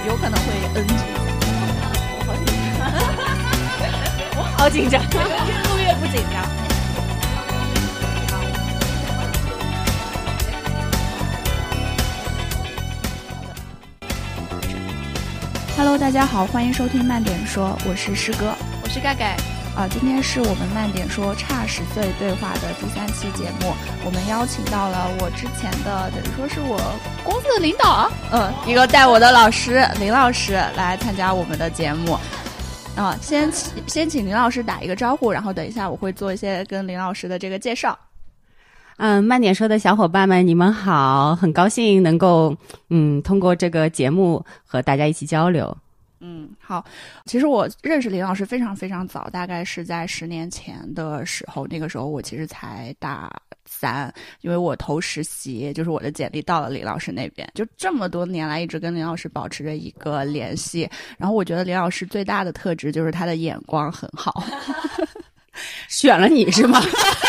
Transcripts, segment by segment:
有可能会 NG。我好紧张，越录越不紧张。Hello， 大家好，欢迎收听慢点说，我是诗哥， 我是盖盖。 今天是我们慢点说差10岁对话的第3期节目，我们邀请到了我之前的等于说是我公司的领导一个带我的老师林老师来参加我们的节目。先请林老师打一个招呼，然后等一下我会做一些跟林老师的这个介绍。 慢点说的小伙伴们，你们好，很高兴能够通过这个节目和大家一起交流。 好，其实我认识林老师非常非常早，大概是在10年前的时候，那个时候我其实才大3，因为我投实习，就是我的简历到了林老师那边，就这么多年来一直跟林老师保持着一个联系。然后我觉得林老师最大的特质就是他的眼光很好。 选了你是吗？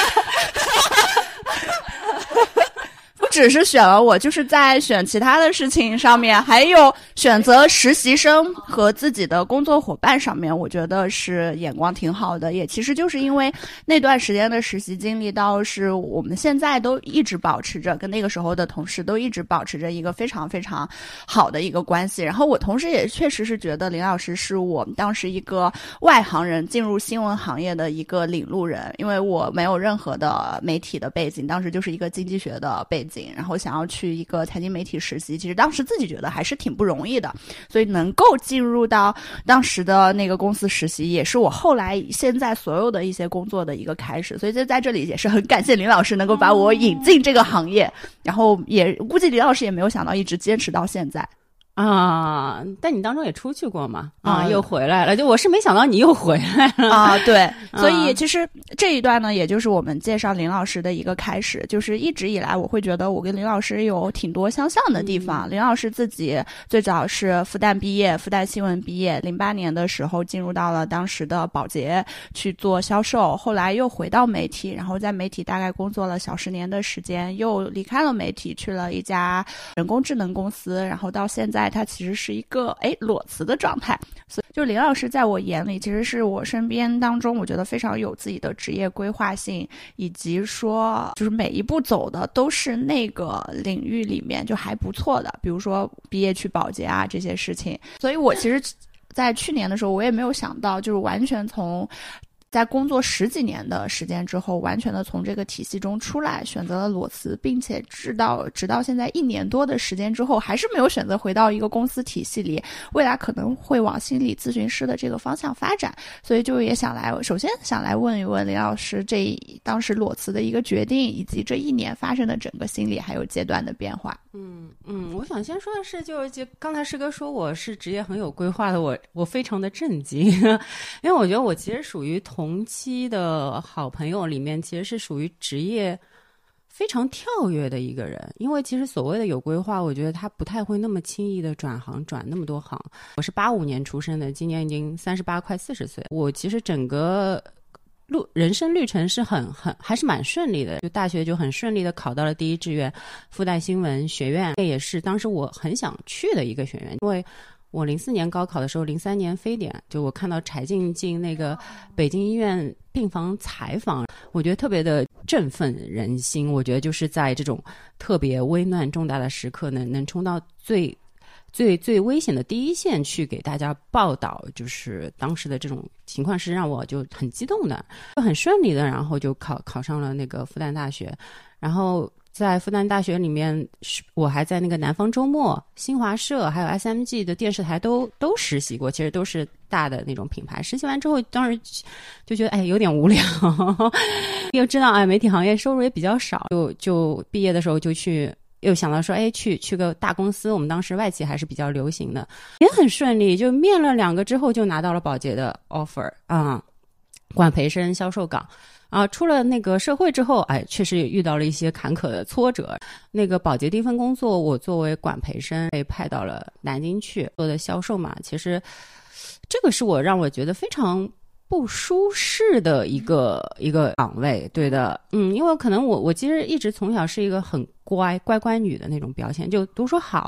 不只是选了我，就是在选其他的事情上面，还有选择实习生和自己的工作伙伴上面，我觉得是眼光挺好的。也其实就是因为那段时间的实习经历，倒是我们现在都一直保持着跟那个时候的同事都一直保持着一个非常非常好的一个关系。然后我同时也确实是觉得林老师是我们当时一个外行人进入新闻行业的一个领路人，因为我没有任何的媒体的背景，当时就是一个经济学的背景，然后想要去一个财经媒体实习，其实当时自己觉得还是挺不容易的，所以能够进入到当时的那个公司实习，也是我后来现在所有的一些工作的一个开始。所以就在这里也是很感谢林老师能够把我引进这个行业，然后也估计林老师也没有想到一直坚持到现在。 但你当中也出去过嘛？又回来了。就我是没想到你又回来了对。所以其实这一段呢，也就是我们介绍林老师的一个开始。就是一直以来，我会觉得我跟林老师有挺多相像的地方。林老师自己最早是复旦毕业，复旦新闻毕业，08年的时候进入到了当时的宝洁去做销售，后来又回到媒体，然后在媒体大概工作了小10年的时间，又离开了媒体，去了一家人工智能公司，然后到现在他其实是一个裸辞的状态。所以就林老师在我眼里其实是我身边当中我觉得非常有自己的职业规划性，以及说就是每一步走的都是那个领域里面就还不错的，比如说毕业去保洁这些事情。所以我其实在去年的时候我也没有想到，就是完全从在工作10几年的时间之后，完全的从这个体系中出来，选择了裸辞，并且直到现在1年多的时间之后，还是没有选择回到一个公司体系里，未来可能会往心理咨询师的这个方向发展。所以就也首先想来问一问林老师，当时裸辞的一个决定，以及这1年发生的整个心理还有阶段的变化。 我想先说的是，就刚才师哥说我是职业很有规划的，我非常的震惊，因为我觉得我其实属于同期的好朋友里面，其实是属于职业非常跳跃的一个人。因为其实所谓的有规划，我觉得他不太会那么轻易的转行转那么多行。我是85年出生的，今年已经38快40岁，我其实整个人生旅程是还是蛮顺利的，就大学就很顺利的考到了第1志愿复旦新闻学院，这也是当时我很想去的一个学院。因为我04年高考的时候，03年非典，就我看到柴静进那个北京医院病房采访，我觉得特别的振奋人心。我觉得就是在这种特别危难重大的时刻能冲到最危险的第一线去给大家报道，就是当时的这种情况是让我就很激动的，就很顺利的，然后就考上了那个复旦大学。然后在复旦大学里面，我还在那个南方周末、新华社还有 SMG 的电视台都实习过，其实都是大的那种品牌。实习完之后当时就觉得有点无聊又知道媒体行业收入也比较少，就毕业的时候就又想到说去个大公司，我们当时外企还是比较流行的，也很顺利，就面了2个之后就拿到了宝洁的 offer 管培生销售岗。出了那个社会之后，确实也遇到了一些坎坷的挫折。那个宝洁第一份工作，我作为管培生被派到了南京去做的销售嘛。其实这个是让我觉得非常不舒适的一个岗位，对的，因为可能我其实一直从小是一个很乖女的那种表现，就读书好，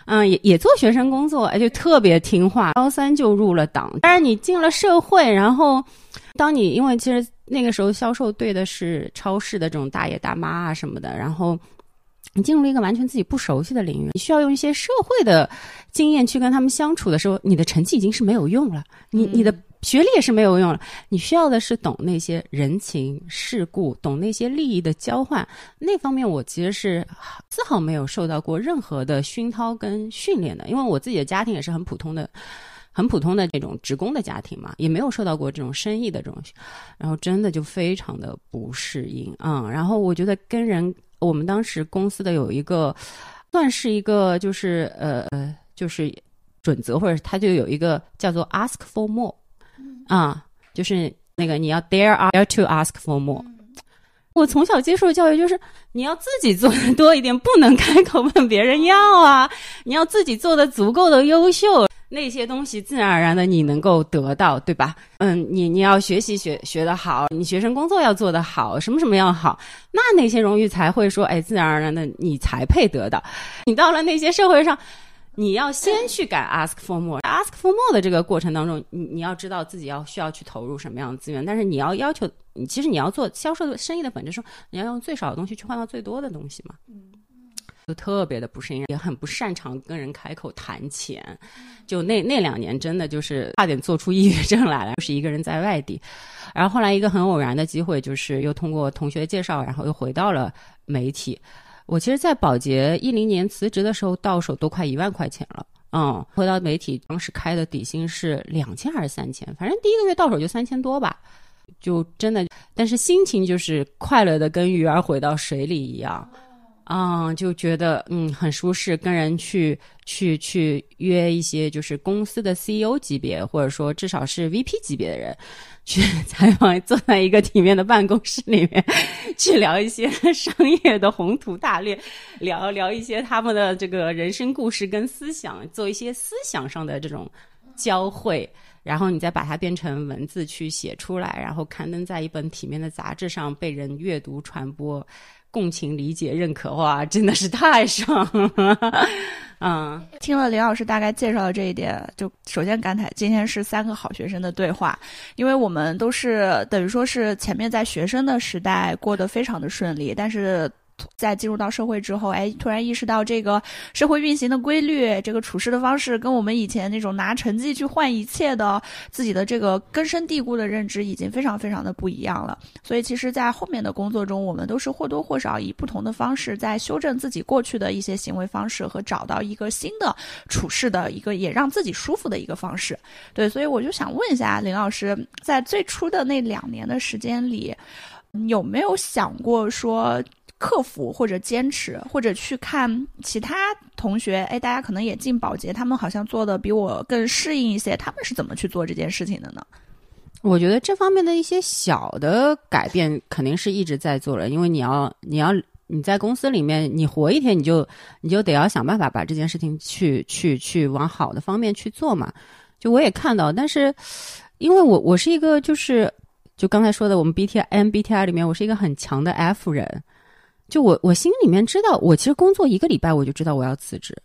也做学生工作，就特别听话，高3就入了党。当然你进了社会，然后当你因为其实那个时候销售对的是超市的这种大爷大妈啊什么的，然后你进入了一个完全自己不熟悉的领域，你需要用一些社会的经验去跟他们相处的时候，你的成绩已经是没有用了，你的学历也是没有用了，你需要的是懂那些人情世故，懂那些利益的交换。那方面我其实是丝毫没有受到过任何的熏陶跟训练的，因为我自己的家庭也是很普通的这种职工的家庭嘛，也没有受到过这种生意的这种，然后真的就非常的不适应然后我觉得跟人，我们当时公司的有一个算是一个就是就是准则，或者它就有一个叫做 ask for more就是那个你要 dare to ask for more。我从小接受的教育就是你要自己做的多一点，不能开口问别人要啊，你要自己做的足够的优秀，那些东西自然而然的你能够得到，对吧？你要学习学得好，你学生工作要做得好，什么什么要好，那些荣誉才会说自然而然的你才配得到。你到了那些社会上，你要先去敢 ask for more。ask for more 的这个过程当中，你要知道自己需要去投入什么样的资源，但是你要要求，其实你要做销售的生意的本质说，你要用最少的东西去换到最多的东西嘛。就特别的不适应，也很不擅长跟人开口谈钱。就那2年真的就是差点做出抑郁症来了，就是一个人在外地。然后后来一个很偶然的机会，就是又通过同学介绍，然后又回到了媒体。我其实在宝洁10年辞职的时候到手都快1万块钱了。回到媒体当时开的底薪是2000还是3000，反正第一个月到手就3000多吧，就真的，但是心情就是快乐的跟鱼儿回到水里一样。就觉得很舒适，跟人去约一些就是公司的 CEO 级别，或者说至少是 VP 级别的人去采访，坐在一个体面的办公室里面去聊一些商业的宏图大略，聊一些他们的这个人生故事跟思想，做一些思想上的这种交汇，然后你再把它变成文字去写出来，然后刊登在一本体面的杂志上，被人阅读传播，共情理解认可，哇，真的是太爽了。 听了林老师大概介绍的这一点，就首先感慨今天是3个好学生的对话，因为我们都是等于说是前面在学生的时代过得非常的顺利，但是在进入到社会之后，突然意识到这个社会运行的规律，这个处事的方式跟我们以前那种拿成绩去换一切的自己的这个根深蒂固的认知已经非常非常的不一样了。所以其实在后面的工作中，我们都是或多或少以不同的方式在修正自己过去的一些行为方式，和找到一个新的处事的一个也让自己舒服的一个方式。对，所以我就想问一下林老师，在最初的那2年的时间里，有没有想过说克服或者坚持，或者去看其他同学，大家可能也进保洁，他们好像做的比我更适应一些，他们是怎么去做这件事情的呢？ 我觉得这方面的一些小的改变肯定是一直在做了，因为你在公司里面你活一天，你就得要想办法把这件事情去往好的方面去做嘛。就我也看到，但是因为我是一个就刚才说的我们 MBTI 里面我是一个很强的 F 人，就我心里面知道，我其实工作1个礼拜我就知道我要辞职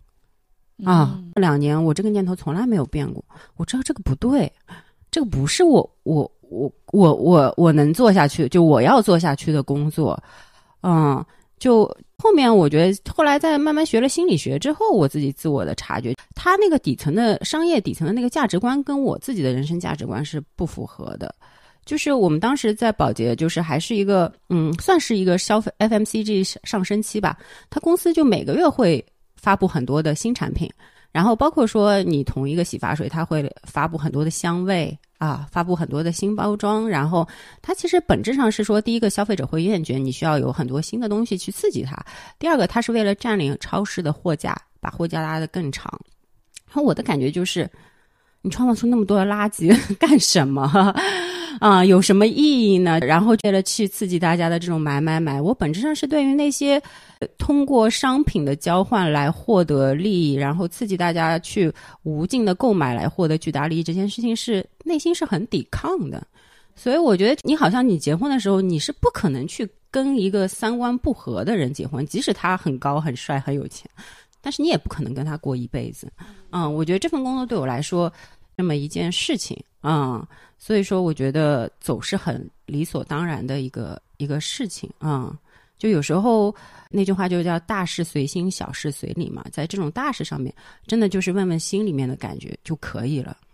2年我这个念头从来没有变过，我知道这个不对，这个不是我能做下去，就我要做下去的工作。就后面我觉得后来在慢慢学了心理学之后，我自己自我的察觉，他那个底层的商业底层的那个价值观跟我自己的人生价值观是不符合的。就是我们当时在宝洁，就是还是一个算是一个消费 FMCG 上升期吧，他公司就每个月会发布很多的新产品，然后包括说你同一个洗发水，它会发布很多的香味发布很多的新包装，然后它其实本质上是说，第一个消费者会厌倦，你需要有很多新的东西去刺激它；第二个，它是为了占领超市的货架，把货架拉得更长。然后我的感觉就是，你创造出那么多的垃圾干什么？有什么意义呢？然后为了去刺激大家的这种买，我本质上是对于那些通过商品的交换来获得利益，然后刺激大家去无尽的购买来获得巨大利益，这件事情是内心是很抵抗的。所以我觉得你好像你结婚的时候，你是不可能去跟一个3观不合的人结婚，即使他很高很帅很有钱， 但是你也不可能跟他过一辈子。我觉得这份工作对我来说这么一件事情，所以说我觉得走是很理所当然的一个事情。就有时候那句话就叫大事随心，小事随理嘛，在这种大事上面真的就是问问心里面的感觉就可以了。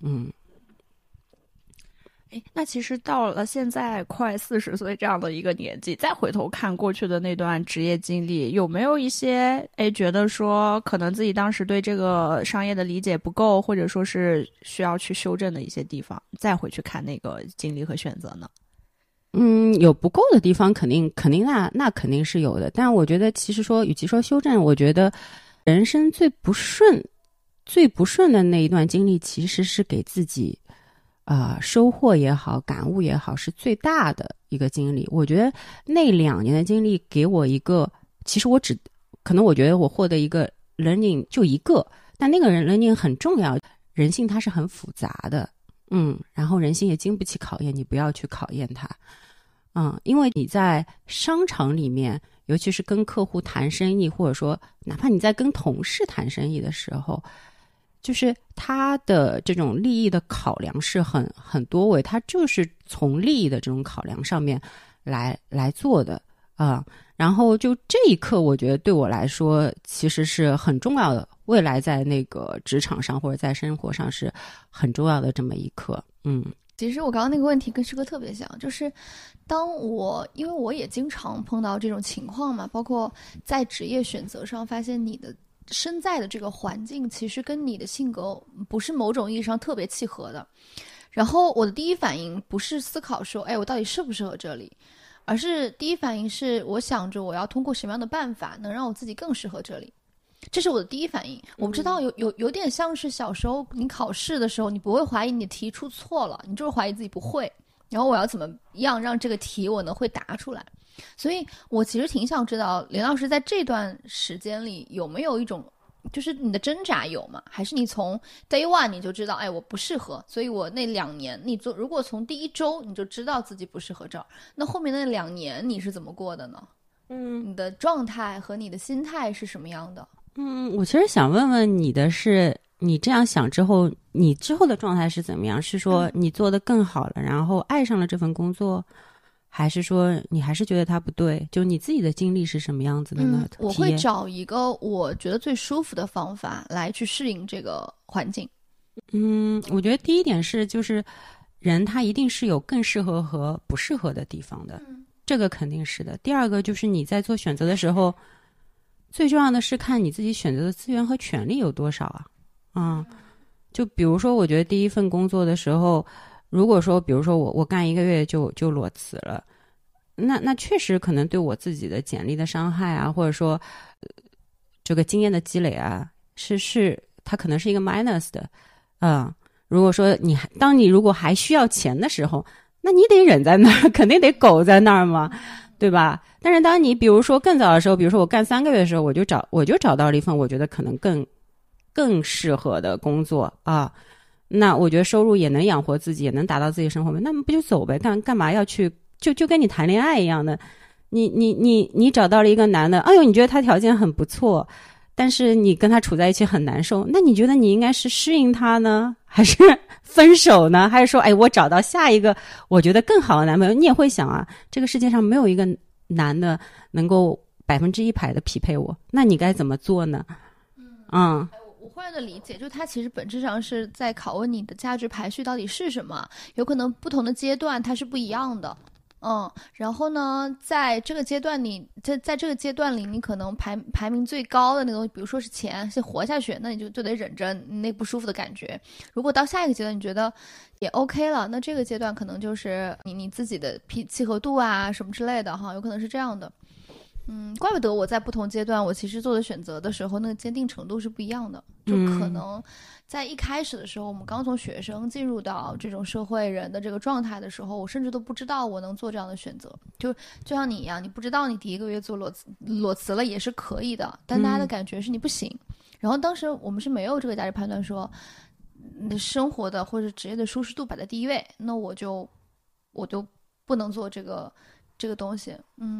那其实到了现在快40岁这样的一个年纪，再回头看过去的那段职业经历，有没有一些觉得说可能自己当时对这个商业的理解不够，或者说是需要去修正的一些地方，再回去看那个经历和选择呢？ 有不够的地方，肯定那肯定是有的。但我觉得其实说与其说修正，我觉得人生最不顺的那一段经历，其实是给自己收获也好，感悟也好，是最大的一个经历。我觉得那2年的经历给我一个，其实可能我觉得我获得一个 learning 就一个，但那个人 learning 很重要。人性它是很复杂的，然后人性也经不起考验，你不要去考验它。因为你在商场里面，尤其是跟客户谈生意，或者说哪怕你在跟同事谈生意的时候，就是他的这种利益的考量是很多维，他就是从利益的这种考量上面来做的然后就这一刻，我觉得对我来说其实是很重要的，未来在那个职场上或者在生活上是很重要的这么一刻。 其实我刚刚那个问题跟师哥特别像，就是因为我也经常碰到这种情况嘛，包括在职业选择上，发现你的身在的这个环境其实跟你的性格不是某种意义上特别契合的。然后我的第一反应不是思考说，我到底适不适合这里，而是第一反应是我想着我要通过什么样的办法能让我自己更适合这里。这是我的第一反应。我不知道有点像是小时候你考试的时候，你不会怀疑你的题出错了，你就是怀疑自己不会，然后我要怎么样让这个题我能会答出来。所以我其实挺想知道林老师在这段时间里有没有一种，就是你的挣扎有吗？还是你从 day one 你就知道我不适合，所以我那2年如果从第1周你就知道自己不适合这儿，那后面那2年你是怎么过的呢？你的状态和你的心态是什么样的？ 我其实想问问你的是，你这样想之后，你之后的状态是怎么样？是说你做得更好了，然后爱上了这份工作，还是说你还是觉得它不对？就你自己的经历是什么样子的呢？ 我会找一个我觉得最舒服的方法来去适应这个环境。 我觉得第一点是，就是人他一定是有更适合和不适合的地方的，这个肯定是的。第二个就是你在做选择的时候，最重要的是看你自己选择的资源和权利有多少就比如说我觉得第一份工作的时候，如果说比如说我干1个月就裸辞了，那确实可能对我自己的简历的伤害或者说这个经验的积累是它可能是一个 minus 的如果说当你如果还需要钱的时候，那你得忍在那儿，肯定得苟在那儿嘛，对吧？但是当你比如说更早的时候，比如说我干3个月的时候，我就找到了一份我觉得可能更适合的工作那我觉得收入也能养活自己，也能达到自己生活那么不就走呗，干嘛要去就跟你谈恋爱一样的，你找到了一个男的，你觉得他条件很不错，但是你跟他处在一起很难受，那你觉得你应该是适应他呢，还是分手呢？还是说我找到下一个我觉得更好的男朋友？你也会想这个世界上没有一个男的能够100%的匹配我，那你该怎么做呢？ 我忽然的理解，就它其实本质上是在拷问你的价值排序到底是什么，有可能不同的阶段它是不一样的。然后呢，在这个阶段里，在这个阶段里，你可能排名最高的那个东西，比如说是钱，是活下去，那你就得忍着那不舒服的感觉。如果到下一个阶段你觉得也 OK 了，那这个阶段可能就是你自己的契合度什么之类的有可能是这样的。怪不得我在不同阶段，我其实做的选择的时候，那个坚定程度是不一样的。就可能在一开始的时候，我们刚从学生进入到这种社会人的这个状态的时候，我甚至都不知道我能做这样的选择。就像你一样，你不知道你第1个月做裸辞了也是可以的，但大家的感觉是你不行。然后当时我们是没有这个价值判断说，你的生活的或者职业的舒适度摆在第1位，那我就不能做这个东西。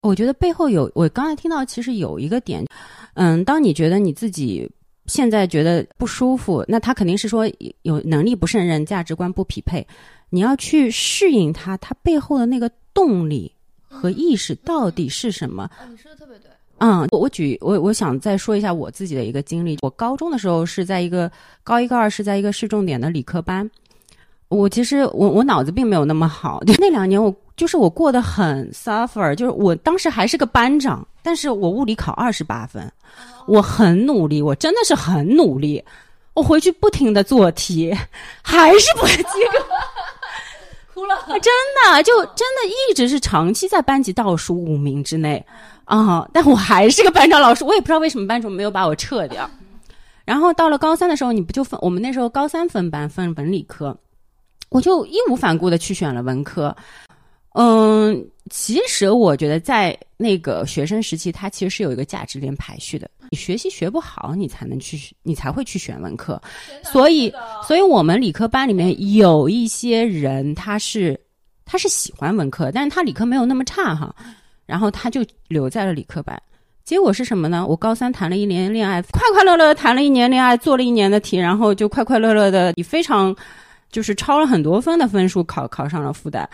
我觉得背后我刚才听到其实有一个点，当你觉得你自己现在觉得不舒服，那他肯定是说有能力不胜任，价值观不匹配，你要去适应他背后的那个动力和意识到底是什么。 你说的特别对。 我想再说一下我自己的一个经历。我高中的时候是在一个高一高二是在一个市重点的理科班，其实我脑子并没有那么好，就那2年我过得很 suffer， 就是我当时还是个班长，但是我物理考28分，我很努力，我真的是很努力，我回去不停的做题，还是不及格。 哭了， 真的一直是长期在班级倒数5名之内但我还是个班长老师，我也不知道为什么班主任没有把我撤掉。然后到了高3的时候，你不就我们那时候高3分班分文理科，我就义无反顾的去选了文科。其实我觉得在那个学生时期，它其实是有一个价值链排序的。你学习学不好，你才会去选文科。所以我们理科班里面有一些人，他是喜欢文科，但是他理科没有那么差哈，然后他就留在了理科班。结果是什么呢？我高3谈了1年恋爱，快快乐乐谈了1年恋爱，做了1年的题，然后就快快乐乐的以非常就是超了很多分的分数考上了复旦。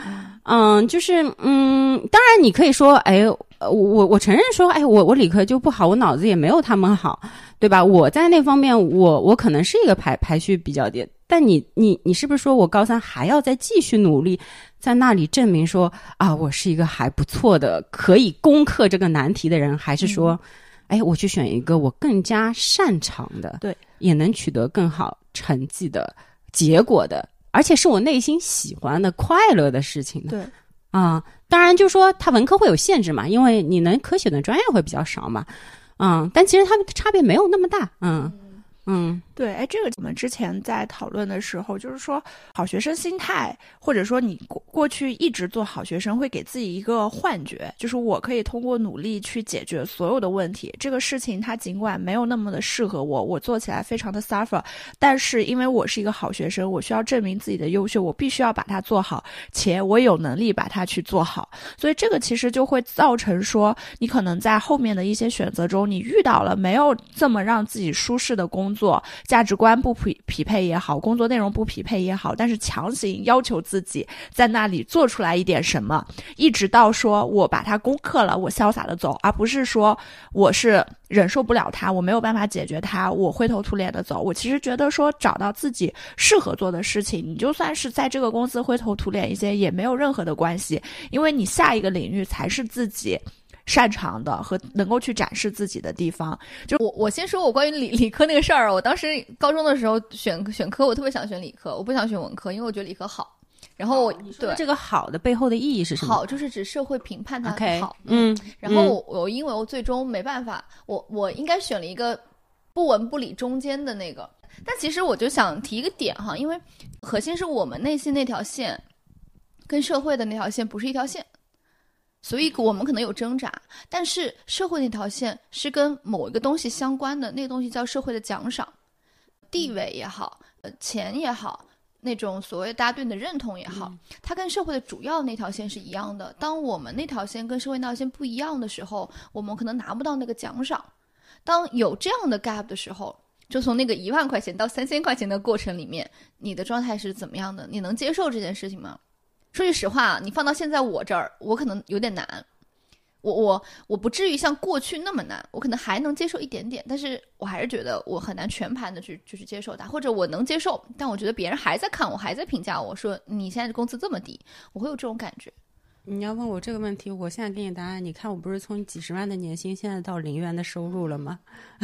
当然你可以说，我承认说，我理科就不好，我脑子也没有他们好，对吧？我在那方面我可能是一个排序比较低，但你是不是说我高3还要再继续努力，在那里证明说我是一个还不错的可以攻克这个难题的人，还是说我去选一个我更加擅长的， 对， 也能取得更好成绩的结果的，而且是我内心喜欢的快乐的事情的。 对当然就是说它文科会有限制嘛，因为你能可选的专业会比较少嘛。但其实它们差别没有那么大。 对，这个我们之前在讨论的时候，就是说好学生心态，或者说你过去一直做好学生，会给自己一个幻觉，就是我可以通过努力去解决所有的问题。这个事情它尽管没有那么的适合我做起来非常的 suffer， 但是因为我是一个好学生，我需要证明自己的优秀，我必须要把它做好，且我有能力把它去做好。所以这个其实就会造成说，你可能在后面的一些选择中，你遇到了没有这么让自己舒适的工作，价值观不匹配也好，工作内容不匹配也好，但是强行要求自己在那里做出来一点什么，一直到说我把它攻克了，我潇洒的走，而不是说我是忍受不了它，我没有办法解决它，我灰头土脸的走。我其实觉得说找到自己适合做的事情，你就算是在这个公司灰头土脸一些也没有任何的关系，因为你下一个领域才是自己擅长的和能够去展示自己的地方。 就我先说我关于理科那个事儿。我当时高中的时候选科，我特别想选理科，我不想选文科，因为我觉得理科好。然后你说这个好的背后的意义是什么？ 好就是指社会评判它好。然后我因为我最终没办法，我应该选了一个不文不理中间的那个。但其实我就想提一个点哈，因为核心是我们内心那条线跟社会的那条线不是一条线，所以我们可能有挣扎，但是社会那条线是跟某一个东西相关的，那个东西叫社会的奖赏，地位也好，钱也好，那种所谓大家对你的认同也好，它跟社会的主要那条线是一样的。当我们那条线跟社会那条线不一样的时候，我们可能拿不到那个奖赏。当有这样的 gap 的时候，就从那个1万块钱到3000块钱的过程里面，你的状态是怎么样的？你能接受这件事情吗？说句实话，你放到现在我这儿，我可能有点难。我不至于像过去那么难，我可能还能接受一点点，但是我还是觉得我很难全盘的去接受它，或者我能接受，但我觉得别人还在看我，还在评价我说你现在工资这么低，我会有这种感觉。 你要问我这个问题，我现在给你答案。你看我不是从几十万的年薪现在到0元的收入了吗？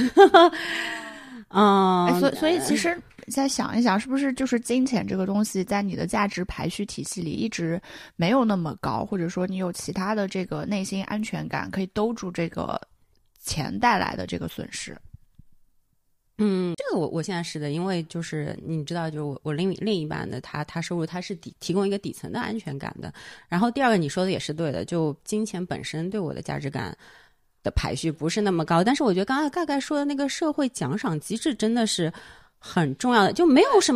所以其实再想一想，是不是就是金钱这个东西在你的价值排序体系里一直没有那么高，或者说你有其他的这个内心安全感可以兜住这个钱带来的这个损失。 这个我现在是的，因为就是你知道，就是我另一半的他收入他是提供一个底层的安全感的。然后第二个你说的也是对的，就金钱本身对我的价值感的排序不是那么高，但是我觉得刚才盖盖说的那个社会奖赏机制真的是很重要的，就没有什么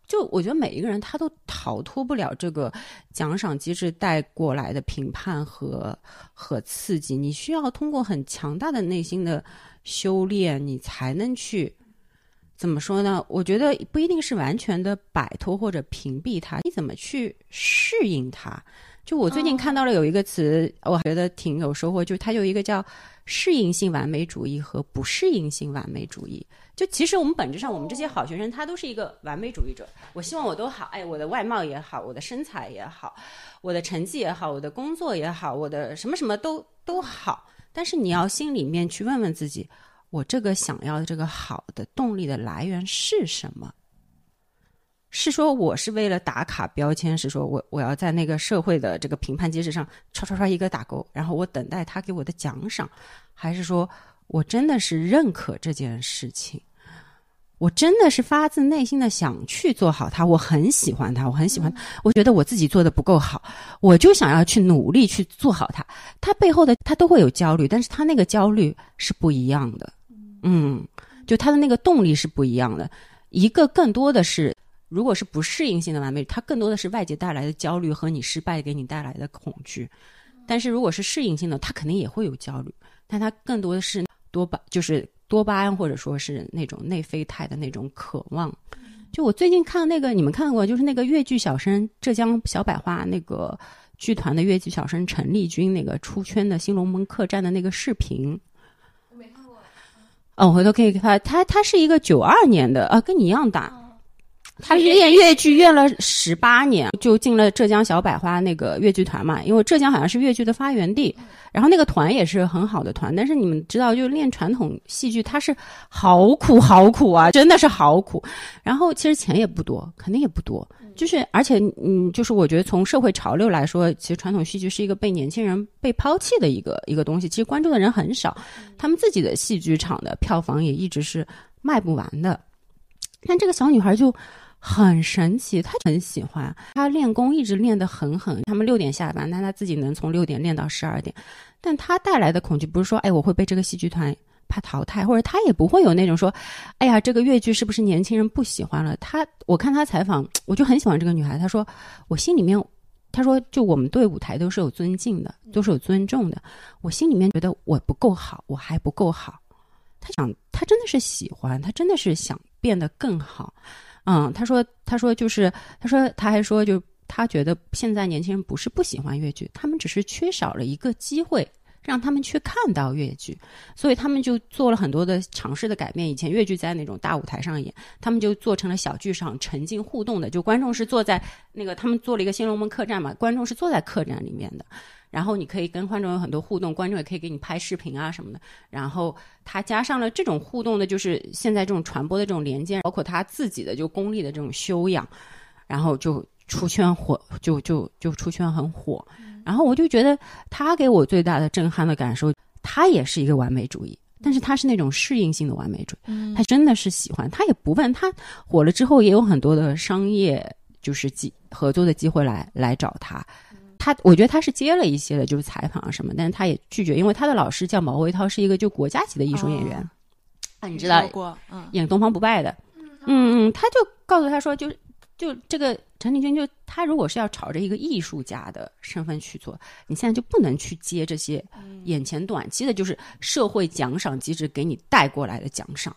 就我觉得每一个人他都逃脱不了这个奖赏机制带过来的评判和刺激，你需要通过很强大的内心的修炼，你才能去怎么说呢？我觉得不一定是完全的摆脱或者屏蔽它，你怎么去适应它？就我最近看到了有一个词，我觉得挺有收获，就它有一个叫适应性完美主义和不适应性完美主义。就其实我们本质上，我们这些好学生他都是一个完美主义者，我希望我都好，哎，我的外貌也好，我的身材也好，我的成绩也好，我的工作也好，我的什么什么都好。但是你要心里面去问问自己，我这个想要的这个好的动力的来源是什么？是说我是为了打卡标签，是说我要在那个社会的这个评判机制上刷刷刷一个打勾，然后我等待他给我的奖赏，还是说我真的是认可这件事情，我真的是发自内心的想去做好它，我很喜欢它，我觉得我自己做的不够好，我就想要去努力去做好它。它背后的它都会有焦虑，但是它那个焦虑是不一样的，就它的那个动力是不一样的。一个更多的是，如果是不适应性的完美，它更多的是外界带来的焦虑和你失败给你带来的恐惧。但是如果是适应性的，它肯定也会有焦虑，但它更多的是多巴胺或者说是那种内啡肽的那种渴望。就我最近看那个，你们看过就是那个越剧小生浙江小百花那个剧团的越剧小生陈丽君那个出圈的新龙门客栈的那个视频。 我没看过。 我回头可以给他是一个92年的跟你一样大。他练越剧练了18年，就进了浙江小百花那个越剧团嘛，因为浙江好像是越剧的发源地，然后那个团也是很好的团。但是你们知道，就练传统戏剧它是好苦啊，真的是好苦。然后其实钱也不多，肯定也不多，就是而且就是我觉得从社会潮流来说，其实传统戏剧是一个被年轻人被抛弃的一个东西，其实关注的人很少，他们自己的戏剧场的票房也一直是卖不完的。但这个小女孩就很神奇，她很喜欢，她练功一直练得很狠，他们6点下班，但她自己能从6点练到12点。但她带来的恐惧不是说我会被这个戏剧团怕淘汰，或者她也不会有那种说这个越剧是不是年轻人不喜欢了。我看她采访，我就很喜欢这个女孩，她说我心里面，她说就我们对舞台都是有尊敬的，都是有尊重的，我心里面觉得我不够好，我还不够好。她真的是喜欢，她真的是想变得更好。他说他还说，就他觉得现在年轻人不是不喜欢越剧，他们只是缺少了一个机会让他们去看到越剧，所以他们就做了很多的尝试的改变。以前越剧在那种大舞台上演，他们就做成了小剧场，沉浸互动的，就观众是坐在那个，他们做了一个新龙门客栈嘛，观众是坐在客栈里面的，然后你可以跟观众有很多互动，观众也可以给你拍视频啊什么的。然后他加上了这种互动的，就是现在这种传播的这种连接，包括他自己的就功力的这种修养，然后就出圈火，就出圈很火。然后我就觉得他给我最大的震撼的感受，他也是一个完美主义，但是他是那种适应性的完美主义，他真的是喜欢，他也不问，他火了之后也有很多的商业就是合作的机会来找他。我觉得他是接了一些的就是采访啊什么，但是他也拒绝，因为他的老师叫毛维涛，是一个就国家级的艺术演员，你知道演东方不败的，他就告诉他说，就这个陈丽君，就他如果是要朝着一个艺术家的身份去做，你现在就不能去接这些眼前短期的，就是社会奖赏机制给你带过来的奖赏。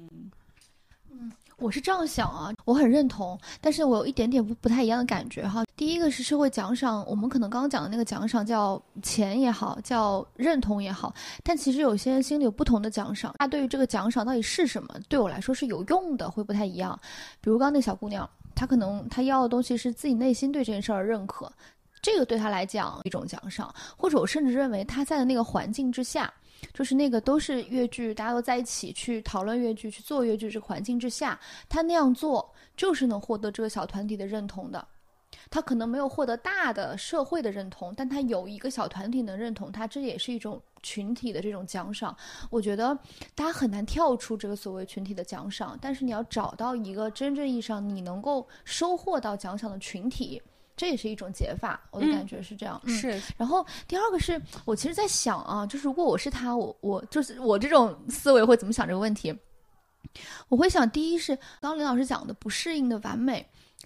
我是这样想啊，我很认同，但是我有一点点不太一样的感觉哈。第一个是社会奖赏，我们可能刚刚讲的那个奖赏叫钱也好，叫认同也好，但其实有些人心里有不同的奖赏，他对于这个奖赏到底是什么，对我来说是有用的，会不太一样。比如刚刚那小姑娘，她可能她要的东西是自己内心对这件事儿的认可，这个对她来讲一种奖赏，或者我甚至认为她在的那个环境之下，就是那个都是越剧，大家都在一起去讨论越剧，去做越剧这个环境之下，他那样做就是能获得这个小团体的认同的。他可能没有获得大的社会的认同，但他有一个小团体能认同他，这也是一种群体的这种奖赏。我觉得大家很难跳出这个所谓群体的奖赏，但是你要找到一个真正意义上你能够收获到奖赏的群体，这也是一种解法，我的感觉是这样。 是。 然后第二个是我其实在想啊，就是如果我是他，我就是我这种思维会怎么想这个问题？我会想，第一是刚刚林老师讲的不适应的完美，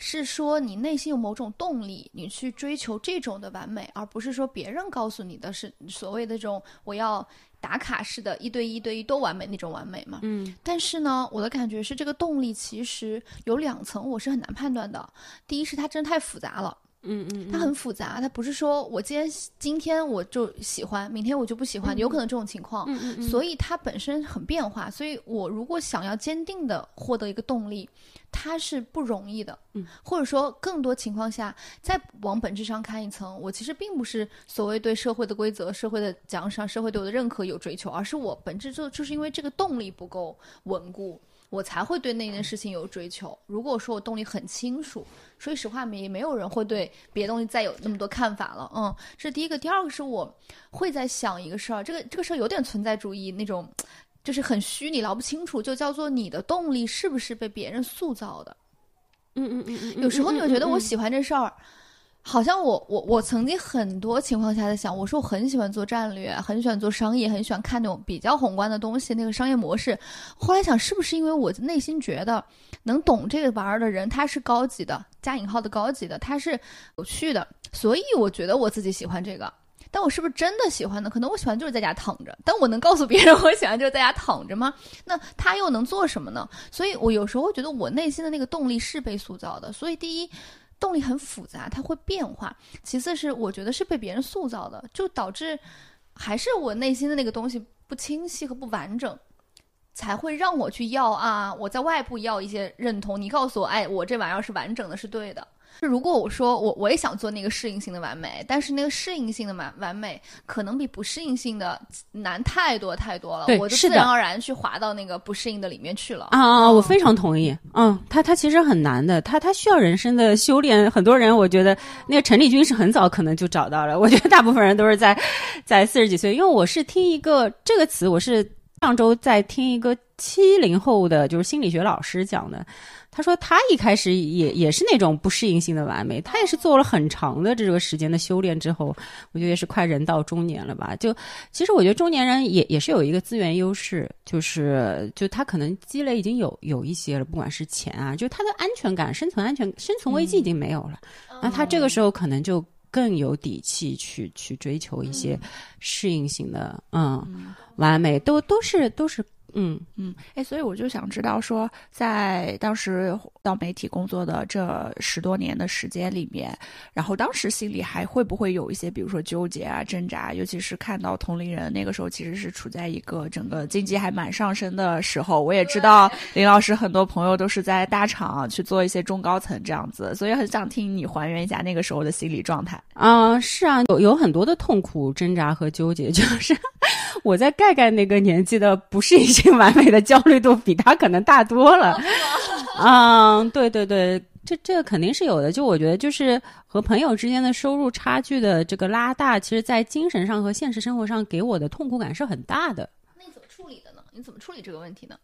是说你内心有某种动力，你去追求这种的完美，而不是说别人告诉你的是所谓的这种我要打卡式的1对1对1都完美那种完美嘛。但是呢，我的感觉是这个动力其实有2层，我是很难判断的。第一是它真的太复杂了。它很复杂，它不是说我今天我就喜欢，明天我就不喜欢，有可能这种情况。所以它本身很变化，所以我如果想要坚定的获得一个动力，它是不容易的。或者说更多情况下，再往本质上看一层，我其实并不是所谓对社会的规则、社会的奖赏、社会对我的认可有追求，而是我本质就是因为这个动力不够稳固，我才会对那件事情有追求。如果说我动力很清楚，说实话也没有人会对别的东西再有那么多看法了。这是第一个。第二个是我会在想一个事儿，这个事儿有点存在主义那种，就是很虚，你聊不清楚，就叫做你的动力是不是被别人塑造的。有时候你会觉得我喜欢这事儿，好像我曾经很多情况下在想，我说我很喜欢做战略，很喜欢做商业，很喜欢看那种比较宏观的东西，那个商业模式。后来想，是不是因为我内心觉得能懂这个玩意儿的人，他是高级的，加引号的高级的，他是有趣的，所以我觉得我自己喜欢这个。但我是不是真的喜欢呢？可能我喜欢就是在家躺着，但我能告诉别人我喜欢就是在家躺着吗？那他又能做什么呢？所以我有时候会觉得我内心的那个动力是被塑造的。所以第一，动力很复杂，它会变化。其次是我觉得是被别人塑造的，就导致还是我内心的那个东西不清晰和不完整，才会让我去要我在外部要一些认同。你告诉我，我这玩意儿是完整的，是对的。如果我说我也想做那个适应性的完美，但是那个适应性的完美可能比不适应性的难太多太多了，我就自然而然去滑到那个不适应的里面去了。 我非常同意。它其实很难的，它需要人生的修炼。很多人我觉得那个陈丽君是很早可能就找到了，我觉得大部分人都是在40几岁。因为我是听一个这个词，我是上周在听一个70后的就是心理学老师讲的。他说他一开始也是那种不适应性的完美，他也是做了很长的这个时间的修炼之后，我觉得也是快人到中年了吧。就其实我觉得中年人也是有一个资源优势，就他可能积累已经有一些了，不管是钱啊，就他的安全感、生存危机已经没有了。那他这个时候可能就更有底气去追求一些适应性的完美，都是。 所以我就想知道说，在当时到媒体工作的这10多年的时间里面，然后当时心里还会不会有一些比如说纠结啊、挣扎，尤其是看到同龄人那个时候其实是处在一个整个经济还蛮上升的时候。我也知道林老师很多朋友都是在大厂去做一些中高层这样子，所以很想听你还原一下那个时候的心理状态。 是啊，有很多的痛苦、挣扎和纠结，就是我在盖盖那个年纪的不适应性完美的焦虑度比他可能大多了。对对对，这个肯定是有的。就我觉得就是和朋友之间的收入差距的这个拉大，其实在精神上和现实生活上给我的痛苦感是很大的。 那你怎么处理的呢？你怎么处理这个问题呢？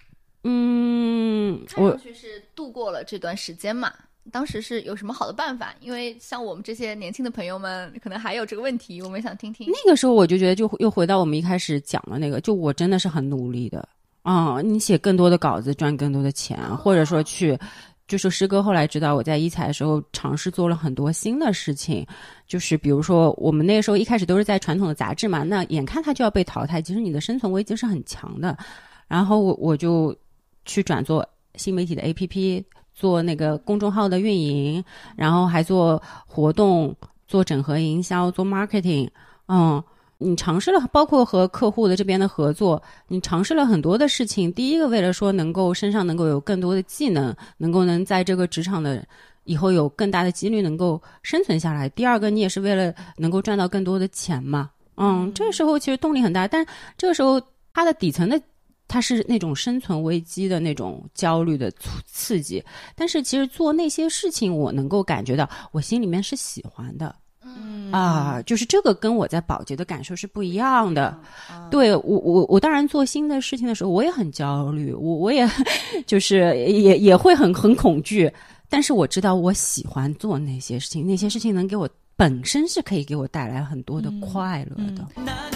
看上去是度过了这段时间嘛，当时是有什么好的办法？因为像我们这些年轻的朋友们可能还有这个问题，我们想听听。 那个时候我就觉得就又回到我们一开始讲的那个，就我真的是很努力的你写更多的稿子赚更多的钱，或者说就是师哥后来知道我在一财的时候尝试做了很多新的事情，就是比如说我们那个时候一开始都是在传统的杂志嘛，那眼看它就要被淘汰，其实你的生存危机是很强的。然后我就去转做新媒体的 APP， 做那个公众号的运营，然后还做活动，做整合营销，做 marketing。你尝试了包括和客户的这边的合作，你尝试了很多的事情。第一个为了说身上能够有更多的技能，能在这个职场的以后有更大的几率能够生存下来。第二个你也是为了能够赚到更多的钱嘛。这个时候其实动力很大，但这个时候它的底层的它是那种生存危机的那种焦虑的刺激，但是其实做那些事情我能够感觉到我心里面是喜欢的。就是这个跟我在保洁的感受是不一样的。对，我当然做新的事情的时候我也很焦虑，我也就是也会很恐惧，但是我知道我喜欢做那些事情，那些事情能给我本身是可以给我带来很多的快乐的。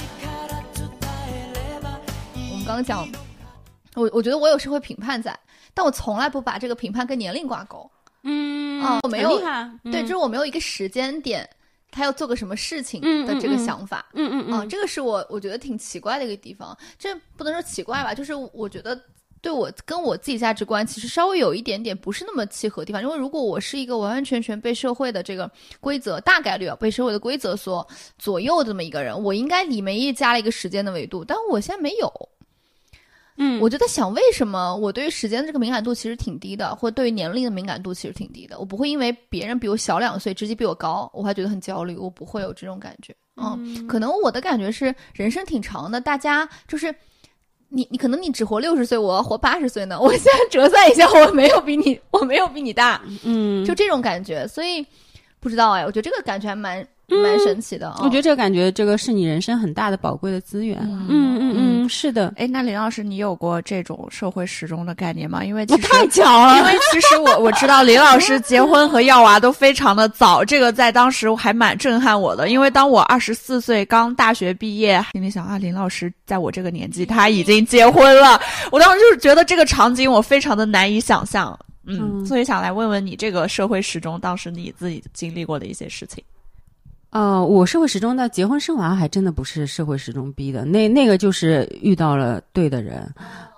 我们刚刚讲我觉得我有时会评判在，但我从来不把这个评判跟年龄挂钩。 我没有很厉害对，就是我没有一个时间点他要做个什么事情的这个想法。这个是我觉得挺奇怪的一个地方。这不能说奇怪吧，就是我觉得对我跟我自己价值观其实稍微有一点点不是那么契合的地方。因为如果我是一个完完全全被社会的这个规则，大概率被社会的规则所左右的这么一个人，我应该里面也加了一个时间的维度，但我现在没有。我就在想，为什么我对于时间的这个敏感度其实挺低的，或者对于年龄的敏感度其实挺低的。我不会因为别人比我小2岁，职级比我高，我还觉得很焦虑，我不会有这种感觉。可能我的感觉是人生挺长的，大家就是你可能你只活60岁，我要活80岁呢。我现在折算一下，我没有比你大，就这种感觉。所以不知道我觉得这个感觉还蛮神奇的。 我觉得这个感觉，这个是你人生很大的宝贵的资源。是的。 那林老师，你有过这种社会时钟的概念吗？因为其实太巧了， 因为其实我知道林老师结婚和要娃都非常的早，这个在当时还蛮震撼我的。因为当我24岁刚大学毕业，心里想林老师在我这个年纪他已经结婚了，我当时就是觉得这个场景我非常的难以想象。所以想来问问你，这个社会时钟当时你自己经历过的一些事情。 我社会时钟的结婚生娃还真的不是社会时钟逼的，那个就是遇到了对的人。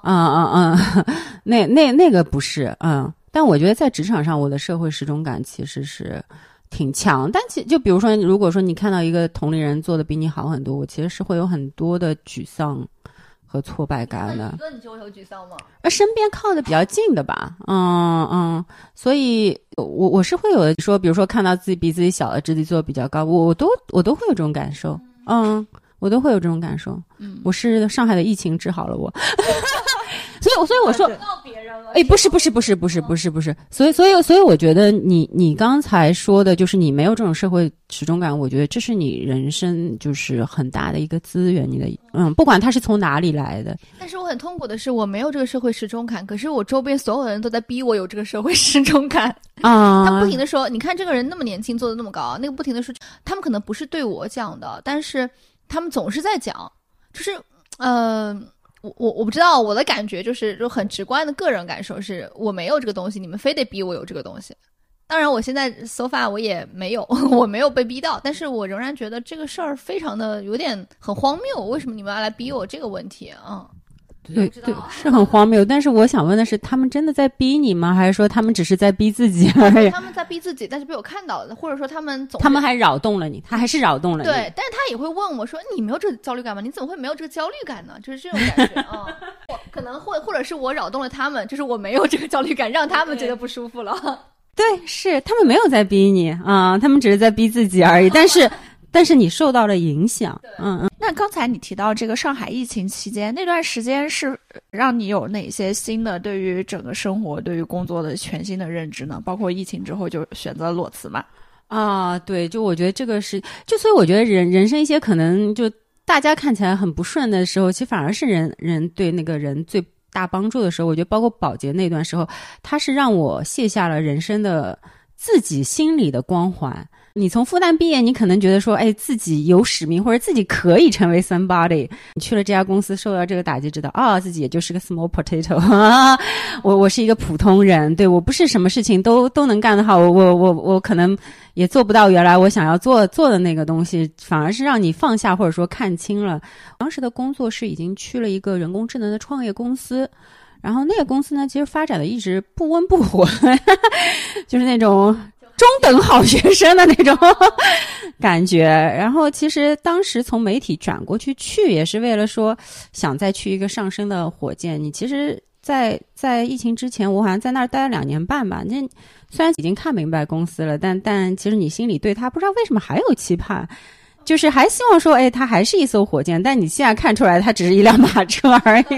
那个不是。但我觉得在职场上我的社会时钟感其实是挺强。但就比如说，如果说你看到一个同龄人做的比你好很多，我其实是会有很多的沮丧和挫败感的。 你就会有沮丧吗？ 身边靠的比较近的吧。所以我是会有说，比如说看到自己比自己小的自己做的比较高，我都会有这种感受。我都会有这种感受。我是上海的疫情治好了我。所以我说，不是。所以我觉得你刚才说的就是你没有这种社会时钟感，我觉得这是你人生就是很大的一个资源。你的不管它是从哪里来的。 但是我很痛苦的是，我没有这个社会时钟感，可是我周边所有的人都在逼我有这个社会时钟感。他不停的说，你看这个人那么年轻，做的那么高，那个不停的说，他们可能不是对我讲的，但是他们总是在讲，就是我不知道，我的感觉就很直观的个人感受是，我没有这个东西，你们非得逼我有这个东西。当然我现在 so far 我也没有，我没有被逼到，但是我仍然觉得这个事儿非常的有点很荒谬，为什么你们要来逼我这个问题啊？ 对，是很荒谬。但是我想问的是，他们真的在逼你吗？还是说他们只是在逼自己而已？ 他们在逼自己，但是被我看到了，或者说他们还扰动了你，他还是扰动了你。 对，但是他也会问我说：“你没有这个焦虑感吗？你怎么会没有这个焦虑感呢？”就是这种感觉啊。我可能或者是我扰动了他们，就是我没有这个焦虑感，让他们觉得不舒服了。 对，是他们没有在逼你啊，他们只是在逼自己而已。但是你受到了影响。 那刚才你提到这个上海疫情期间那段时间，是让你有哪些新的对于整个生活、对于工作的全新的认知呢？包括疫情之后就选择裸辞嘛？ 对，就我觉得这个是，所以我觉得人生一些可能就大家看起来很不顺的时候，其实反而是人对那个人最大帮助的时候。我觉得包括保洁那段时候，它是让我卸下了人生的自己心里的光环。你从复旦毕业，你可能觉得说，自己有使命，或者自己可以成为 somebody。你去了这家公司，受到这个打击，知道自己也就是个 small potato。我是一个普通人，对，我不是什么事情都能干得好，我可能也做不到原来我想要做的那个东西，反而是让你放下或者说看清了。当时的工作是已经去了一个人工智能的创业公司。然后那个公司呢，其实发展的一直不温不火，就是那种中等好学生的那种感觉。然后其实当时从媒体转过去也是为了说想再去一个上升的火箭。你其实在疫情之前，我好像在那儿待了2年半吧。那虽然已经看明白公司了，但其实你心里对他不知道为什么还有期盼，就是还希望说它还是一艘火箭，但你现在看出来它只是一辆马车而已。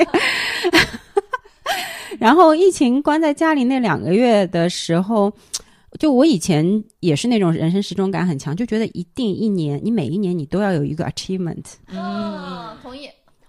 然后疫情关在家里那2个月的时候，就我以前也是那种人生时钟感很强，就觉得一定你每一年你都要有一个 achievement。 同意。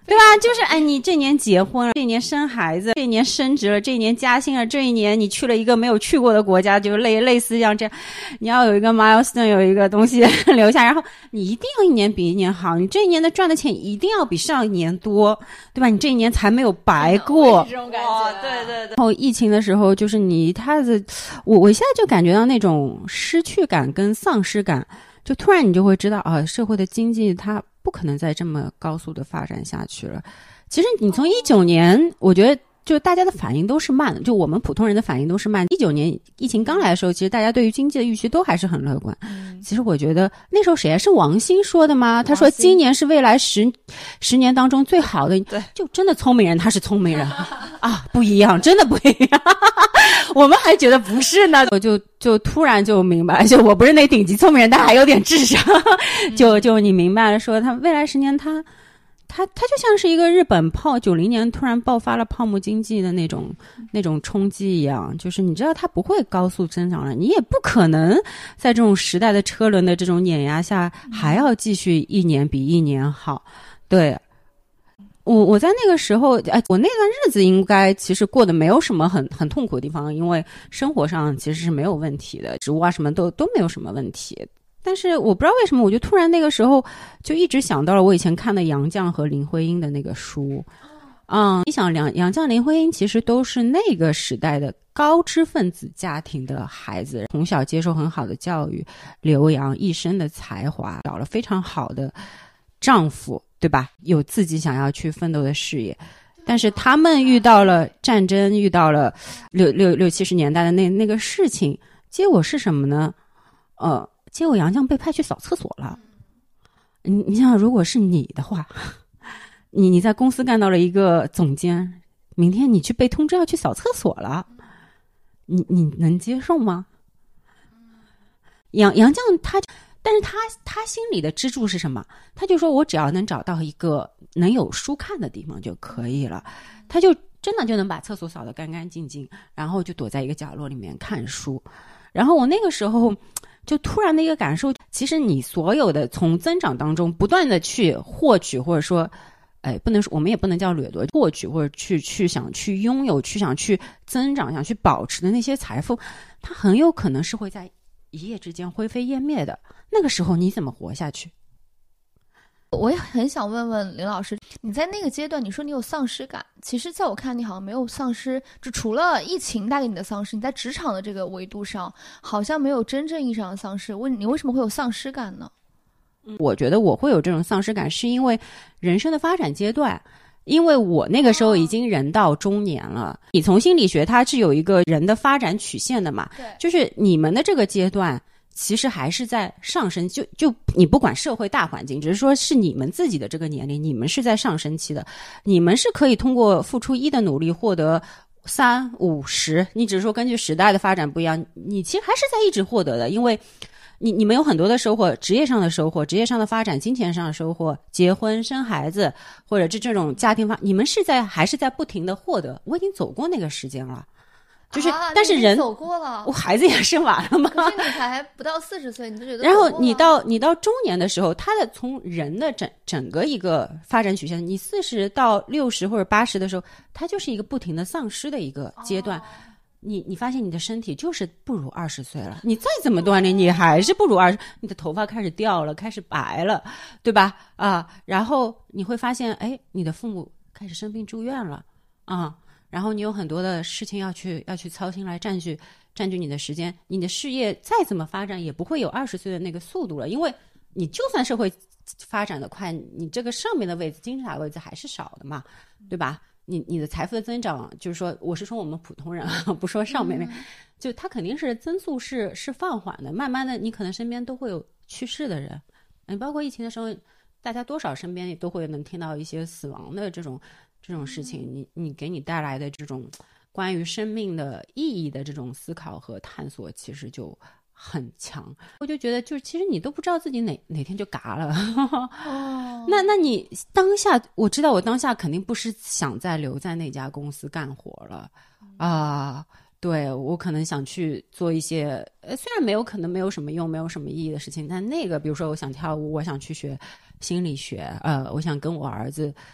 对吧？就是哎，你这年结婚了，这年生孩子，这年升职了，这一年加薪了，这一年你去了一个没有去过的国家，就类似像这样，你要有一个 milestone， 有一个东西留下，然后你一定要一年比一年好，你这一年的赚的钱一定要比上一年多，对吧？你这一年才没有白过。 这种感觉， 对对对。 然后疫情的时候，就是你一下子，我现在就感觉到那种失去感跟丧失感，就突然你就会知道啊，社会的经济它不可能再这么高速的发展下去了。其实你从19年，我觉得就大家的反应都是慢的，就我们普通人的反应都是慢。19年疫情刚来的时候，其实大家对于经济的预期都还是很乐观。其实我觉得那时候谁是王兴说的吗？他说今年是未来十年当中最好的。 对， 就真的聪明人他是聪明人啊，不一样，真的不一样。我们还觉得不是呢，我就突然就明白，就我不是那顶级聪明人，但还有点智商。就你明白了，说他未来10年它就像是一个日本90年突然爆发了泡沫经济的那种冲击一样，就是你知道它不会高速增长了，你也不可能在这种时代的车轮的这种碾压下还要继续一年比一年好。对，我在那个时候，我那段日子应该其实过得没有什么很痛苦的地方，因为生活上其实是没有问题的，食物啊什么都没有什么问题。但是我不知道为什么，我就突然那个时候就一直想到了我以前看的杨绛和林徽因的那个书。你想杨绛、林徽因其实都是那个时代的高知分子家庭的孩子，从小接受很好的教育，留洋一身的才华，找了非常好的丈夫，对吧？有自己想要去奋斗的事业。但是他们遇到了战争，遇到了六70年代的那个事情，结果是什么呢？结果杨绛被派去扫厕所了。你想，如果是你的话，你在公司干到了一个总监，明天你去被通知要去扫厕所了，你能接受吗？杨绛但是他心里的支柱是什么？他就说我只要能找到一个能有书看的地方就可以了，他就真的就能把厕所扫得干干净净，然后就躲在一个角落里面看书。然后我那个时候就突然的一个感受，其实你所有的从增长当中不断的去获取，或者说不能说，我们也不能叫掠夺，获取或者去想去拥有，去想去增长，想去保持的那些财富，它很有可能是会在一夜之间灰飞烟灭的。那个时候你怎么活下去？ 我也很想问问林老师，你在那个阶段，你说你有丧失感，其实在我看你好像没有丧失，就除了疫情带给你的丧失，你在职场的这个维度上好像没有真正意义上的丧失。你为什么会有丧失感呢？ 我觉得我会有这种丧失感，是因为人生的发展阶段，因为我那个时候已经人到中年了。你从心理学它是有一个人的发展曲线的嘛， 对， 就是你们的这个阶段其实还是在上升，就你不管社会大环境，只是说是你们自己的这个年龄，你们是在上升期的，你们是可以通过付出1的努力获得3、5、10，你只是说根据时代的发展不一样，你其实还是在一直获得的，因为你们有很多的收获，职业上的收获，职业上的发展，金钱上的收获，结婚生孩子，或者这种家庭你们还是在不停的获得。我已经走过那个时间了。就是，但是人走过了， 我孩子也生完了嘛。 可是你才不到40岁，你就觉得。 然后你到中年的时候，他的从人的整个一个发展曲线，你40到60或者80的时候，它就是一个不停的丧失的一个阶段。你发现你的身体就是不如20岁了，你再怎么锻炼，你还是不如20，你的头发开始掉了，开始白了，对吧？然后你会发现，你的父母开始生病住院了，然后你有很多的事情要去操心，来占据你的时间，你的事业再怎么发展也不会有20岁的那个速度了，因为你就算社会发展的快，你这个上面的位置，金字塔位置还是少的嘛，对吧？你的财富的增长，就是说，我是说我们普通人不说上面就它肯定是增速是放缓的，慢慢的你可能身边都会有去世的人，包括疫情的时候，大家多少身边也都会能听到一些死亡的这种事情，你给你带来的这种关于生命的意义的这种思考和探索，其实就很强。我就觉得，就是其实你都不知道自己哪天就嘎了。那你当下，我知道我当下肯定不是想再留在那家公司干活了对，我可能想去做一些虽然可能没有什么用，没有什么意义的事情，但那个比如说我想跳舞，我想去学心理学，我想跟我儿子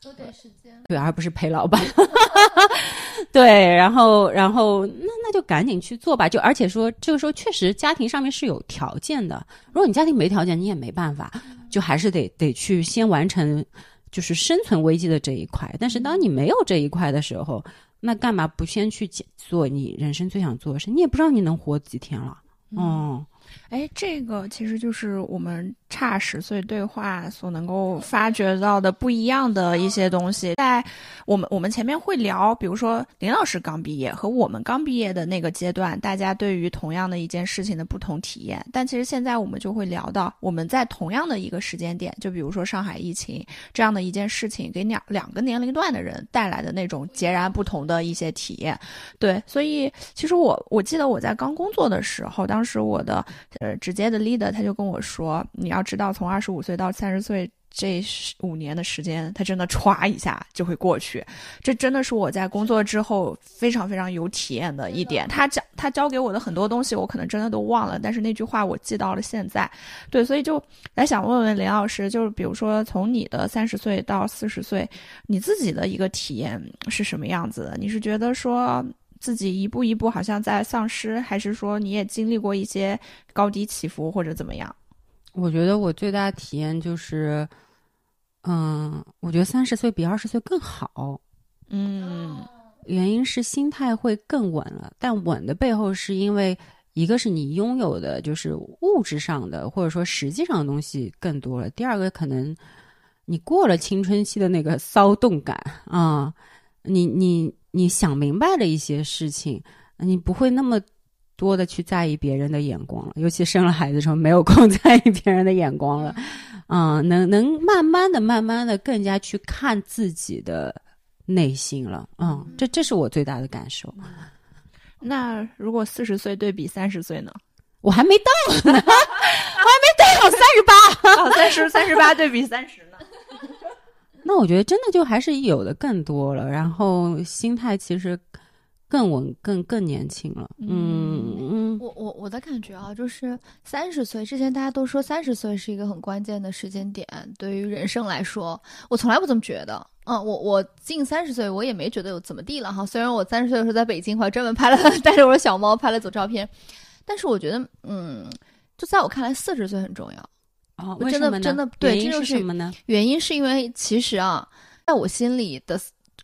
多点时间， 对，而不是陪老板。对，然后那就赶紧去做吧。就而且说这个时候确实家庭上面是有条件的，如果你家庭没条件，你也没办法，就还是得去先完成就是生存危机的这一块。但是当你没有这一块的时候，那干嘛不先去做你人生最想做的事？你也不知道你能活几天了。 哎，这个其实就是我们差10岁对话所能够发掘到的不一样的一些东西。在我们前面会聊，比如说林老师刚毕业和我们刚毕业的那个阶段，大家对于同样的一件事情的不同体验。但其实现在我们就会聊到，我们在同样的一个时间点，就比如说上海疫情这样的一件事情，给两个年龄段的人带来的那种截然不同的一些体验。对，所以其实我记得我在刚工作的时候，当时我的直接的 leader 他就跟我说，你要知道从25岁到30岁这5年的时间，它真的歘一下就会过去。这真的是我在工作之后非常非常有体验的一点。他教给我的很多东西我可能真的都忘了，但是那句话我记到了现在。对，所以就来想问问林老师，就是比如说从你的30岁到40岁，你自己的一个体验是什么样子的？你是觉得说自己一步一步好像在丧失，还是说你也经历过一些高低起伏或者怎么样？ 我觉得我最大的体验就是我觉得30岁比20岁更好。原因是心态会更稳了，但稳的背后是因为一个是你拥有的就是物质上的或者说实际上的东西更多了，第二个可能你过了青春期的那个骚动感啊，你想明白了一些事情，你不会那么多的去在意别人的眼光了，尤其生了孩子之后没有空在意别人的眼光了。能慢慢的更加去看自己的内心了。这是我最大的感受。 那如果40岁对比30岁呢？ 我还没到呢，我还没到38 38 对比30呢？ 那我觉得真的就还是有的更多了，然后心态其实更稳更年轻了。 我的感觉啊，就是30岁之前大家都说30岁是一个很关键的时间点，对于人生来说，我从来不这么觉得。我近30岁我也没觉得有怎么地了哈，虽然我30岁的时候在北京，我还专门拍了带着我的小猫拍了组照片，但是我觉得就在我看来40岁很重要。 为什么呢？ 真的对， 原因是什么呢？ 原因是因为其实啊，在我心里的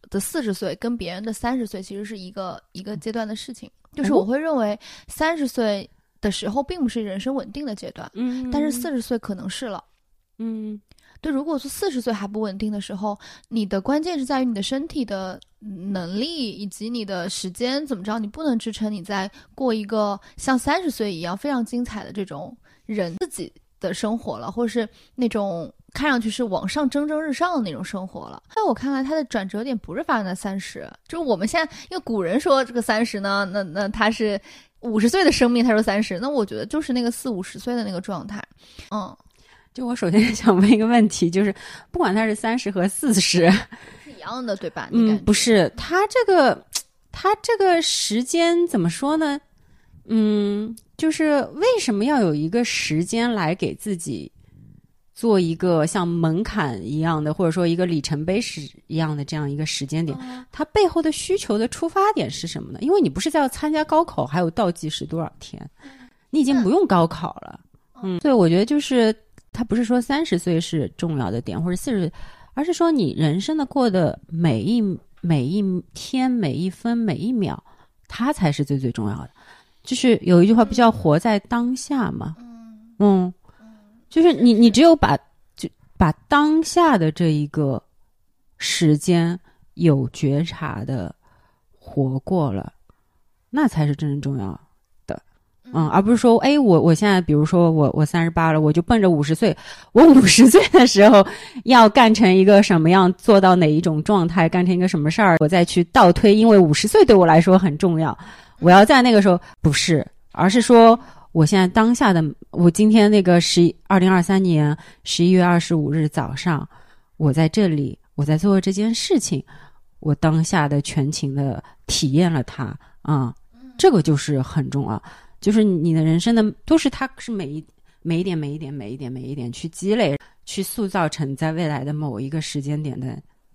40岁跟别人的30岁其实是一个阶段的事情，就是我会认为30岁的时候并不是人生稳定的阶段，但是40岁可能是了。对，如果说40岁还不稳定的时候，你的关键是在于你的身体的能力以及你的时间怎么着，你不能支撑你在过一个像30岁一样非常精彩的这种人自己的生活了，或是那种看上去是往上蒸蒸日上的那种生活了。在我看来，它的转折点不是发生在30，就是我们现在因为古人说这个30呢，那他是50岁的生命，他说30，那我觉得就是那个40、50岁的那个状态。 就我首先想问一个问题，就是不管他是30和40是一样的，对吧？ 不是，他这个时间怎么说呢？就是为什么要有一个时间来给自己做一个像门槛一样的，或者说一个里程碑是一样的这样一个时间点？它背后的需求的出发点是什么呢？因为你不是在要参加高考还有倒计时多少天，你已经不用高考了。所以我觉得就是它不是说30岁是重要的点，或者40，而是说你人生的过的每一天、每一分、每一秒，它才是最重要的。就是有一句话不叫活在当下嘛，就是你只有把当下的这一个时间有觉察的活过了，那才是真正重要的。而不是说我现在比如说我38了，我就奔着50岁，我50岁的时候要干成一个什么样，做到哪一种状态，干成一个什么事儿，我再去倒推，因为50岁对我来说很重要，我要在那个时候，不是，而是说我现在当下的，我今天那个2023年11月25日早上，我在这里，我在做这件事情，我当下的全情的体验了它这个就是很重要。就是你的人生的都是它是每一点去积累，去塑造成在未来的某一个时间点的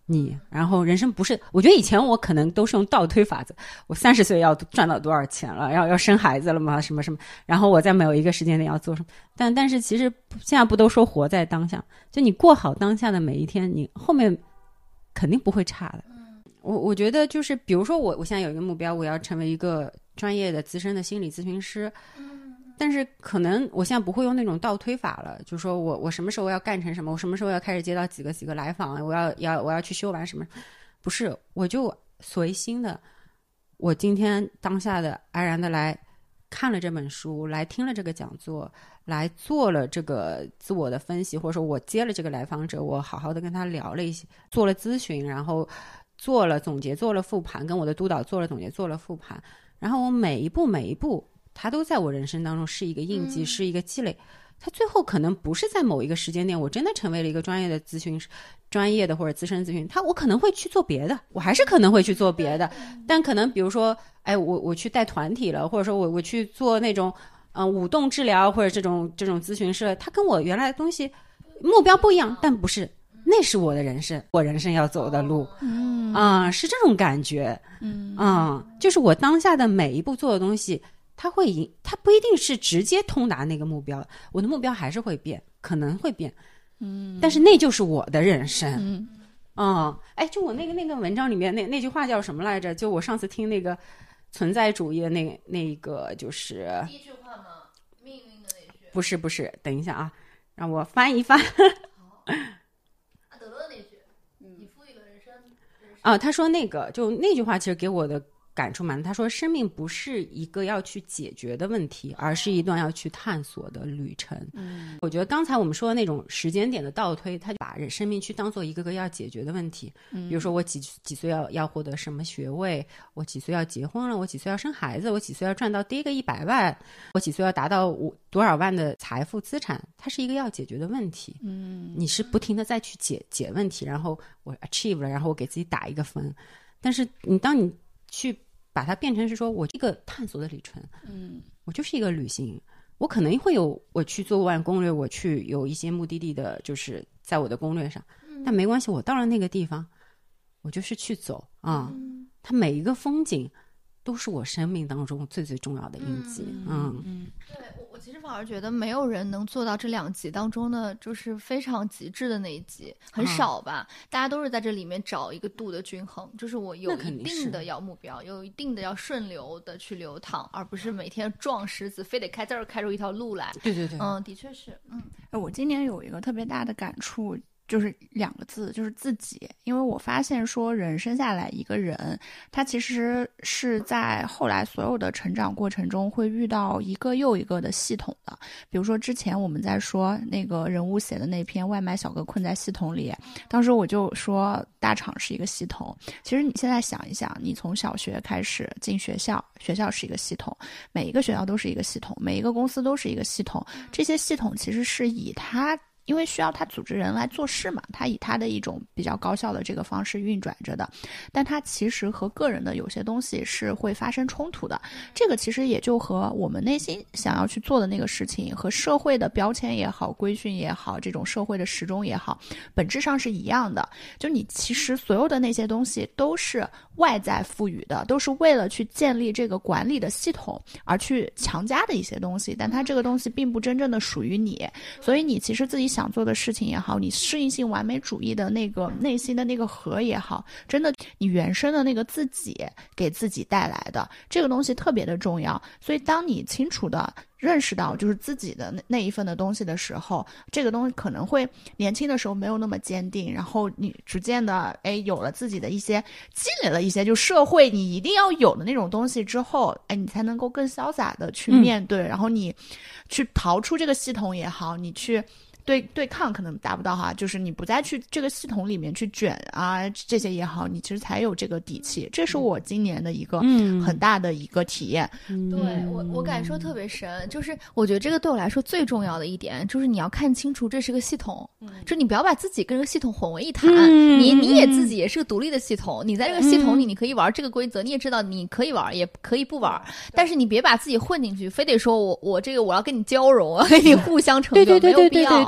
你，然后人生不是，我觉得以前我可能都是用倒推法则，我30岁要赚到多少钱了，要生孩子了吗？什么什么，然后我在某一个时间点要做什么，但是其实现在不都说活在当下，就你过好当下的每一天，你后面肯定不会差的。我觉得就是比如说我现在有一个目标，我要成为一个专业的资深的心理咨询师，但是可能我现在不会用那种倒推法了，就是说我什么时候要干成什么，我什么时候要开始接到几个来访，我要去修完什么，不是，我就随心的，我今天当下的安然的来看了这本书，来听了这个讲座，来做了这个自我的分析，或者说我接了这个来访者，我好好的跟他聊了一些，做了咨询，然后做了总结，做了复盘，跟我的督导做了总结，做了复盘，然后我每一步它都在我人生当中是一个印记，是一个积累。它最后可能不是在某一个时间点我真的成为了一个专业的咨询师，专业的或者资深咨询，我可能会去做别的，我还是可能会去做别的，但可能比如说我去带团体了，或者说我去做那种舞动治疗或者这种咨询师，它跟我原来的东西目标不一样，但不是，那是我的人生，我人生要走的路，是这种感觉，就是我当下的每一步做的东西，它不一定是直接通达那个目标，我的目标还是会变，可能会变，但是那就是我的人生，就我那个文章里面那句话叫什么来着？就我上次听那个存在主义的那个就是第一句话吗？命运的那句？ 不是，等一下啊，让我翻一翻。 德勒那句，你赋予了人生。 他说就那句话其实给我的感触蛮，他说生命不是一个要去解决的问题，而是一段要去探索的旅程。我觉得刚才我们说的那种时间点的倒推，他就把人生命去当做一个个要解决的问题。比如说我几岁要获得什么学位，我几岁要结婚了，我几岁要生孩子，我几岁要赚到第一个100万，我几岁要达到多少万的财富资产，它是一个要解决的问题。你是不停的再去解问题，然后我 achieve 了，然后我给自己打一个分。但是当你去把它变成是说我这个探索的旅程，我就是一个旅行，我可能会有我去做完攻略，我去有一些目的地的，就是在我的攻略上，但没关系，我到了那个地方，我就是去走它每一个风景都是我生命当中最最重要的印记。 对，我其实反而觉得没有人能做到这2集当中的就是非常极致的那一集，很少吧，大家都是在这里面找一个度的均衡，就是我有一定的要目标，有一定的要顺流的去流淌，而不是每天撞石子，非得开出一条路来。 对， 的确是。 我今年有一个特别大的感触，就是2个字，就是自己。因为我发现说人生下来一个人，他其实是在后来所有的成长过程中会遇到一个又一个的系统的。比如说之前我们在说那个人物写的那篇外卖小哥困在系统里，当时我就说大厂是一个系统。其实你现在想一想，你从小学开始进学校，学校是一个系统，每一个学校都是一个系统，每一个公司都是一个系统，这些系统其实是以它因为需要他组织人来做事嘛，他以他的一种比较高效的这个方式运转着的，但他其实和个人的有些东西是会发生冲突的。这个其实也就和我们内心想要去做的那个事情，和社会的标签也好，规训也好，这种社会的时钟也好，本质上是一样的。就你其实所有的那些东西都是外在赋予的，都是为了去建立这个管理的系统而去强加的一些东西，但它这个东西并不真正的属于你。所以你其实自己想做的事情也好，你适应性完美主义的那个内心的那个核也好，真的你原生的那个自己给自己带来的这个东西特别的重要。所以当你清楚的认识到就是自己的那一份的东西的时候，这个东西可能会年轻的时候没有那么坚定，然后你逐渐的有了自己的一些积累了一些就社会你一定要有的那种东西之后，你才能够更潇洒的去面对，然后你去逃出这个系统也好，你去对抗可能达不到哈，就是你不再去这个系统里面去卷啊，这些也好，你其实才有这个底气。这是我今年的一个很大的一个体验。 对，我感受特别深，就是我觉得这个对我来说最重要的一点就是你要看清楚这是个系统，就你不要把自己跟这个系统混为一谈，你也自己也是个独立的系统，你在这个系统里你可以玩这个规则，你也知道你可以玩也可以不玩，但是你别把自己混进去，非得说我这个我要跟你交融，跟你互相成就，没有必要。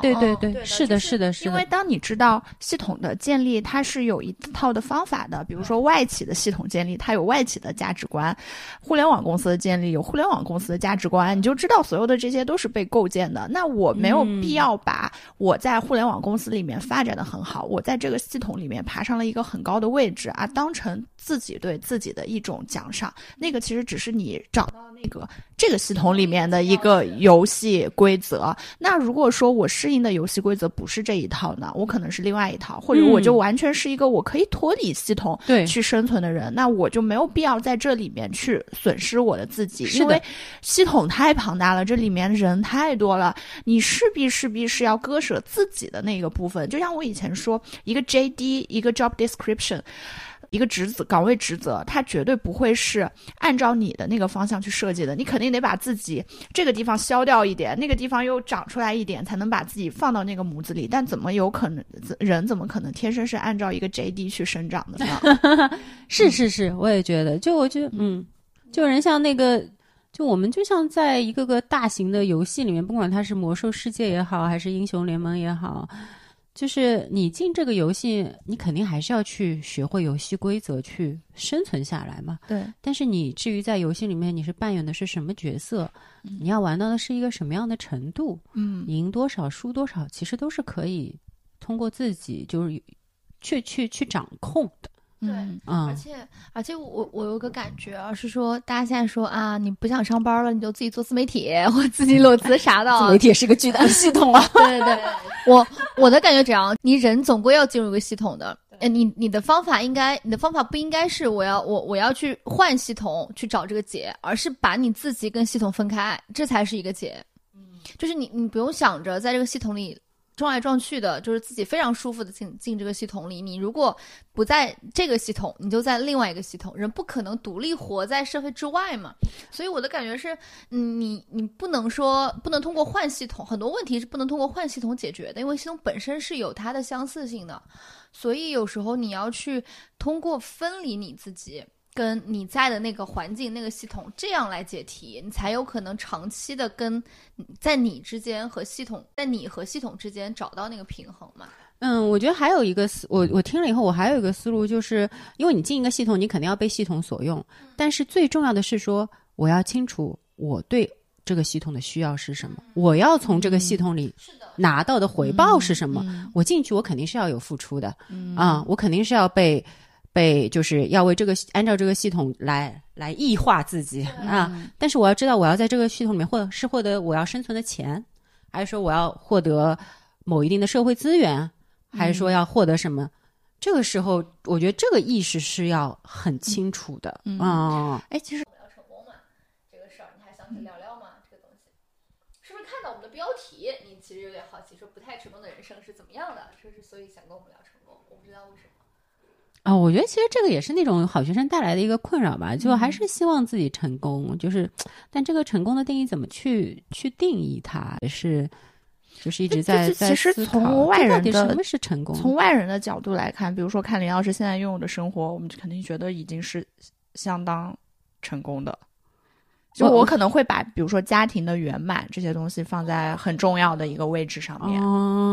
对对对， 对是的，是的，是的。 因为当你知道系统的建立，它是有一套的方法的，比如说外企的系统建立，它有外企的价值观；互联网公司的建立有互联网公司的价值观，你就知道所有的这些都是被构建的。那我没有必要把我在互联网公司里面发展的很好，我在这个系统里面爬上了一个很高的位置啊，当成自己对自己的一种奖赏。那个其实只是你找到那个这个系统里面的一个游戏规则。那如果说我适应的游戏规则不是这一套呢，我可能是另外一套，或者我就完全是一个我可以脱离系统去生存的人，那我就没有必要在这里面去损失我的自己，因为系统太庞大了，这里面人太多了，你势必是要割舍自己的那个部分。就像我以前说，一个 JD 一个 job description，一个岗位职责，它绝对不会是按照你的那个方向去设计的，你肯定得把自己这个地方消掉一点，那个地方又长出来一点，才能把自己放到那个模子里。但怎么有可能人怎么可能天生是按照一个 JD 去生长的呢？ 是，我也觉得，我觉得就人像那个，就我们就像在一个个大型的游戏里面，不管它是魔兽世界也好，还是英雄联盟也好，就是你进这个游戏，你肯定还是要去学会游戏规则，去生存下来嘛。 对。 但是你至于在游戏里面你是扮演的是什么角色，你要玩到的是一个什么样的程度，你赢多少输多少，其实都是可以通过自己就是去掌控的。 对，而且我有个感觉啊，是说大家现在说啊，你不想上班了，你就自己做自媒体或自己裸辞啥的。 自媒体也是个巨大的系统啊。 对，我的感觉这样，你人总归要进入一个系统的。你的方法不应该是我要去换系统去找这个解，而是把你自己跟系统分开，这才是一个解。就是你不用想着在这个系统里撞来撞去的，就是自己非常舒服的进这个系统里。你如果不在这个系统，你就在另外一个系统。人不可能独立活在社会之外嘛。所以我的感觉是，你不能通过换系统，很多问题是不能通过换系统解决的，因为系统本身是有它的相似性的。所以有时候你要去通过分离你自己跟你在的那个环境那个系统，这样来解题，你才有可能长期的在你之间和系统，在你和系统之间找到那个平衡嘛。 我觉得还有一个我听了以后，我还有一个思路，就是因为你进一个系统，你肯定要被系统所用，但是最重要的是说，我要清楚我对这个系统的需要是什么，我要从这个系统里拿到的回报是什么。我进去我肯定是要有付出的，我肯定是要被就是要为按照这个系统来异化自己啊。但是我要知道我要在这个系统里面获得我要生存的钱，还是说我要获得某一定的社会资源，还是说要获得什么。这个时候我觉得这个意识是要很清楚的。 其实我们要成功嘛，这个事儿你还想聊聊吗？这个东西是不是看到我们的标题你其实有点好奇，说不太成功的人生是怎么样的，所以想跟我们聊成功，我不知道为什么。 我觉得其实这个也是那种好学生带来的一个困扰吧，就还是希望自己成功，但这个成功的定义怎么去定义它，就是一直在其实从外人的什么是成功， 从外人的角度来看，比如说看林老师现在拥有的生活，我们肯定觉得已经是相当成功的。就我可能会把比如说家庭的圆满这些东西放在很重要的一个位置上面。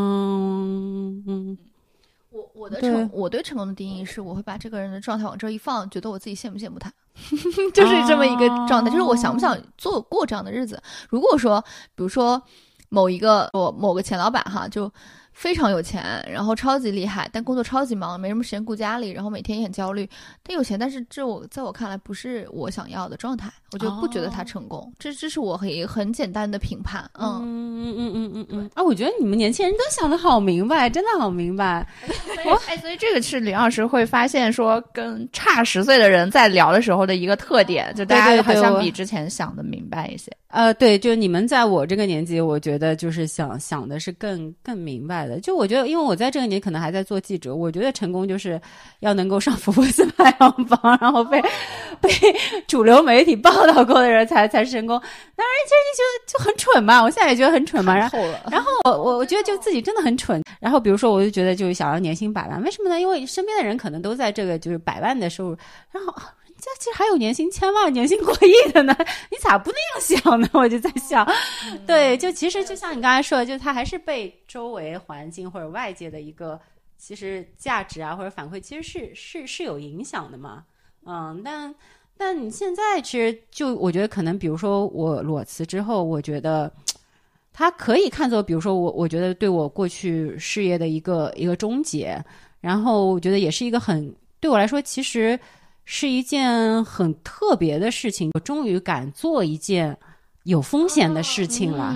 我对成功的定义是，我会把这个人的状态往这一放，觉得我自己羡慕羡慕他，就是这么一个状态，就是我想不想过这样的日子。如果说，比如说某个前老板哈，就非常有钱，然后超级厉害，但工作超级忙，没什么时间顾家里，然后每天也很焦虑。他有钱，但是在我看来不是我想要的状态，我就不觉得他成功。这是我很简单的评判。 我觉得你们年轻人都想得好明白，真的好明白。 所以这个是林老师会发现说，跟差10岁的人在聊的时候的一个特点，就大家好像比之前想的明白一些。 对，就你们在我这个年纪，我觉得就是想的是更明白的。就我觉得，因为我在这个年纪可能还在做记者，我觉得成功就是要能够上福布斯排行榜，然后被主流媒体报道过的人才是成功。当然，其实就很蠢嘛，我现在也觉得很蠢嘛。然后我觉得就自己真的很蠢。然后比如说，我就觉得就想要年薪100万，为什么呢？因为身边的人可能都在这个就是100万的收入，然后人家其实还有年薪1000万、年薪过亿的呢，你咋不那样想呢？我就在想，对，就其实就像你刚才说的，就他还是被周围环境或者外界的一个其实价值啊或者反馈，其实是有影响的嘛。但你现在其实就我觉得可能，比如说我裸辞之后，我觉得它可以看作，比如说我觉得对我过去事业的一个终结，然后我觉得也是一个对我来说其实是一件很特别的事情，我终于敢做一件有风险的事情了。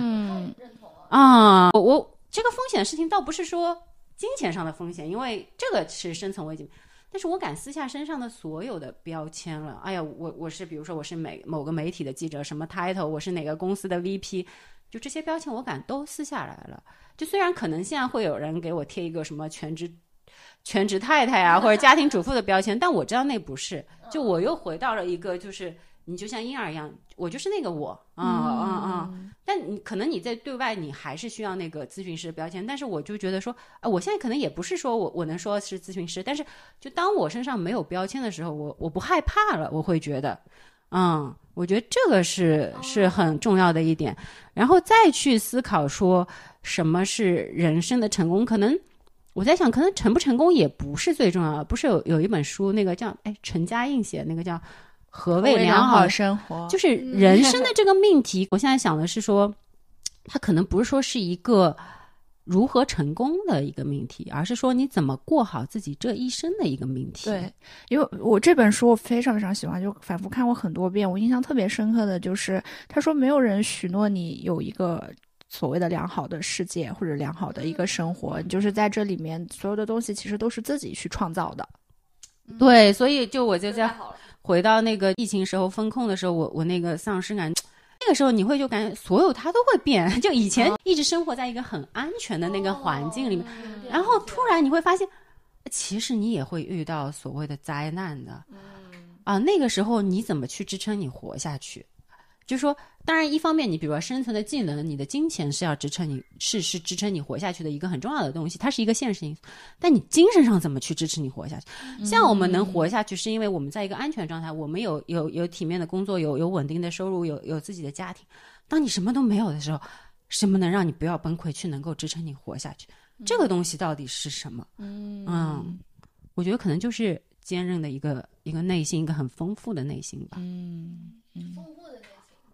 我这个风险的事情倒不是说金钱上的风险，因为这个是深层危机，但是我敢撕下身上的所有的标签了。哎呀，我是比如说我是某个媒体的记者，什么 title， 我是哪个公司的 VP， 就这些标签我敢都撕下来了。就虽然可能现在会有人给我贴一个什么全职太太啊或者家庭主妇的标签，但我知道那不是，就我又回到了一个就是你就像婴儿一样，我就是那个我但你可能你在对外你还是需要那个咨询师的标签，但是我就觉得说我现在可能也不是说我能说是咨询师，但是就当我身上没有标签的时候，我不害怕了，我会觉得我觉得这个是很重要的一点。然后再去思考说什么是人生的成功，可能我在想可能成不成功也不是最重要的。不是有一本书那个叫陈嘉映写那个叫何谓良好生活， 就是人生的这个命题我现在想的是说它可能不是说是一个如何成功的一个命题，而是说你怎么过好自己这一生的一个命题。 对，因为我这本书我非常非常喜欢，就反复看过很多遍，我印象特别深刻的就是他说没有人许诺你有一个所谓的良好的世界或者良好的一个生活，你就是在这里面所有的东西其实都是自己去创造的。 对，所以我就在回到那个疫情时候风控的时候，我那个丧失感，那个时候你会就感觉所有它都会变，就以前一直生活在一个很安全的那个环境里面，然后突然你会发现其实你也会遇到所谓的灾难的那个时候你怎么去支撑你活下去。就是说当然一方面你比如说生存的技能，你的金钱是要支撑你是支撑你活下去的一个很重要的东西，它是一个现实因素，但你精神上怎么去支持你活下去。像我们能活下去是因为我们在一个安全状态，我们有体面的工作，有稳定的收入，有自己的家庭。当你什么都没有的时候，什么能让你不要崩溃去能够支撑你活下去，这个东西到底是什么？我觉得可能就是坚韧的一个内心，一个很丰富的内心吧。 丰富的内心。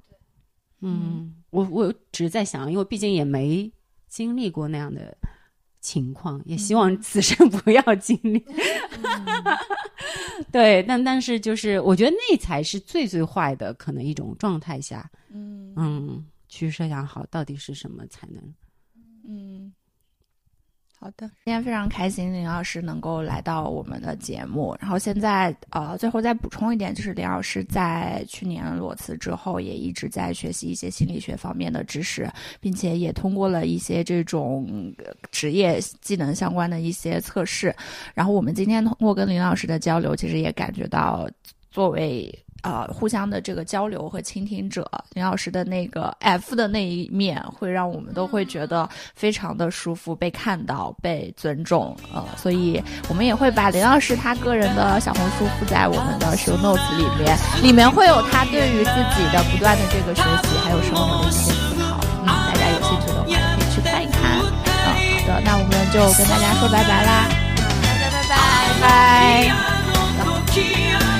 我只是在想，因为毕竟也没经历过那样的情况，也希望此生不要经历。对，但是就是我觉得那才是最坏的可能一种状态下，去设想好到底是什么才能。 好的，今天非常开心林老师能够来到我们的节目。然后现在最后再补充一点，就是林老师在去年裸辞之后也一直在学习一些心理学方面的知识，并且也通过了一些这种职业技能相关的一些测试。然后我们今天通过跟林老师的交流，其实也感觉到作为互相的这个交流和倾听者，林老师的那个 F 的那一面会让我们都会觉得非常的舒服，被看到，被尊重。所以我们也会把林老师他个人的小红书附在我们的 show notes 里面会有他对于自己的不断的这个学习还有生活的一些思考。大家有兴趣的话也可以去看一看。好的，那我们就跟大家说拜拜啦。 大家拜拜。 拜拜。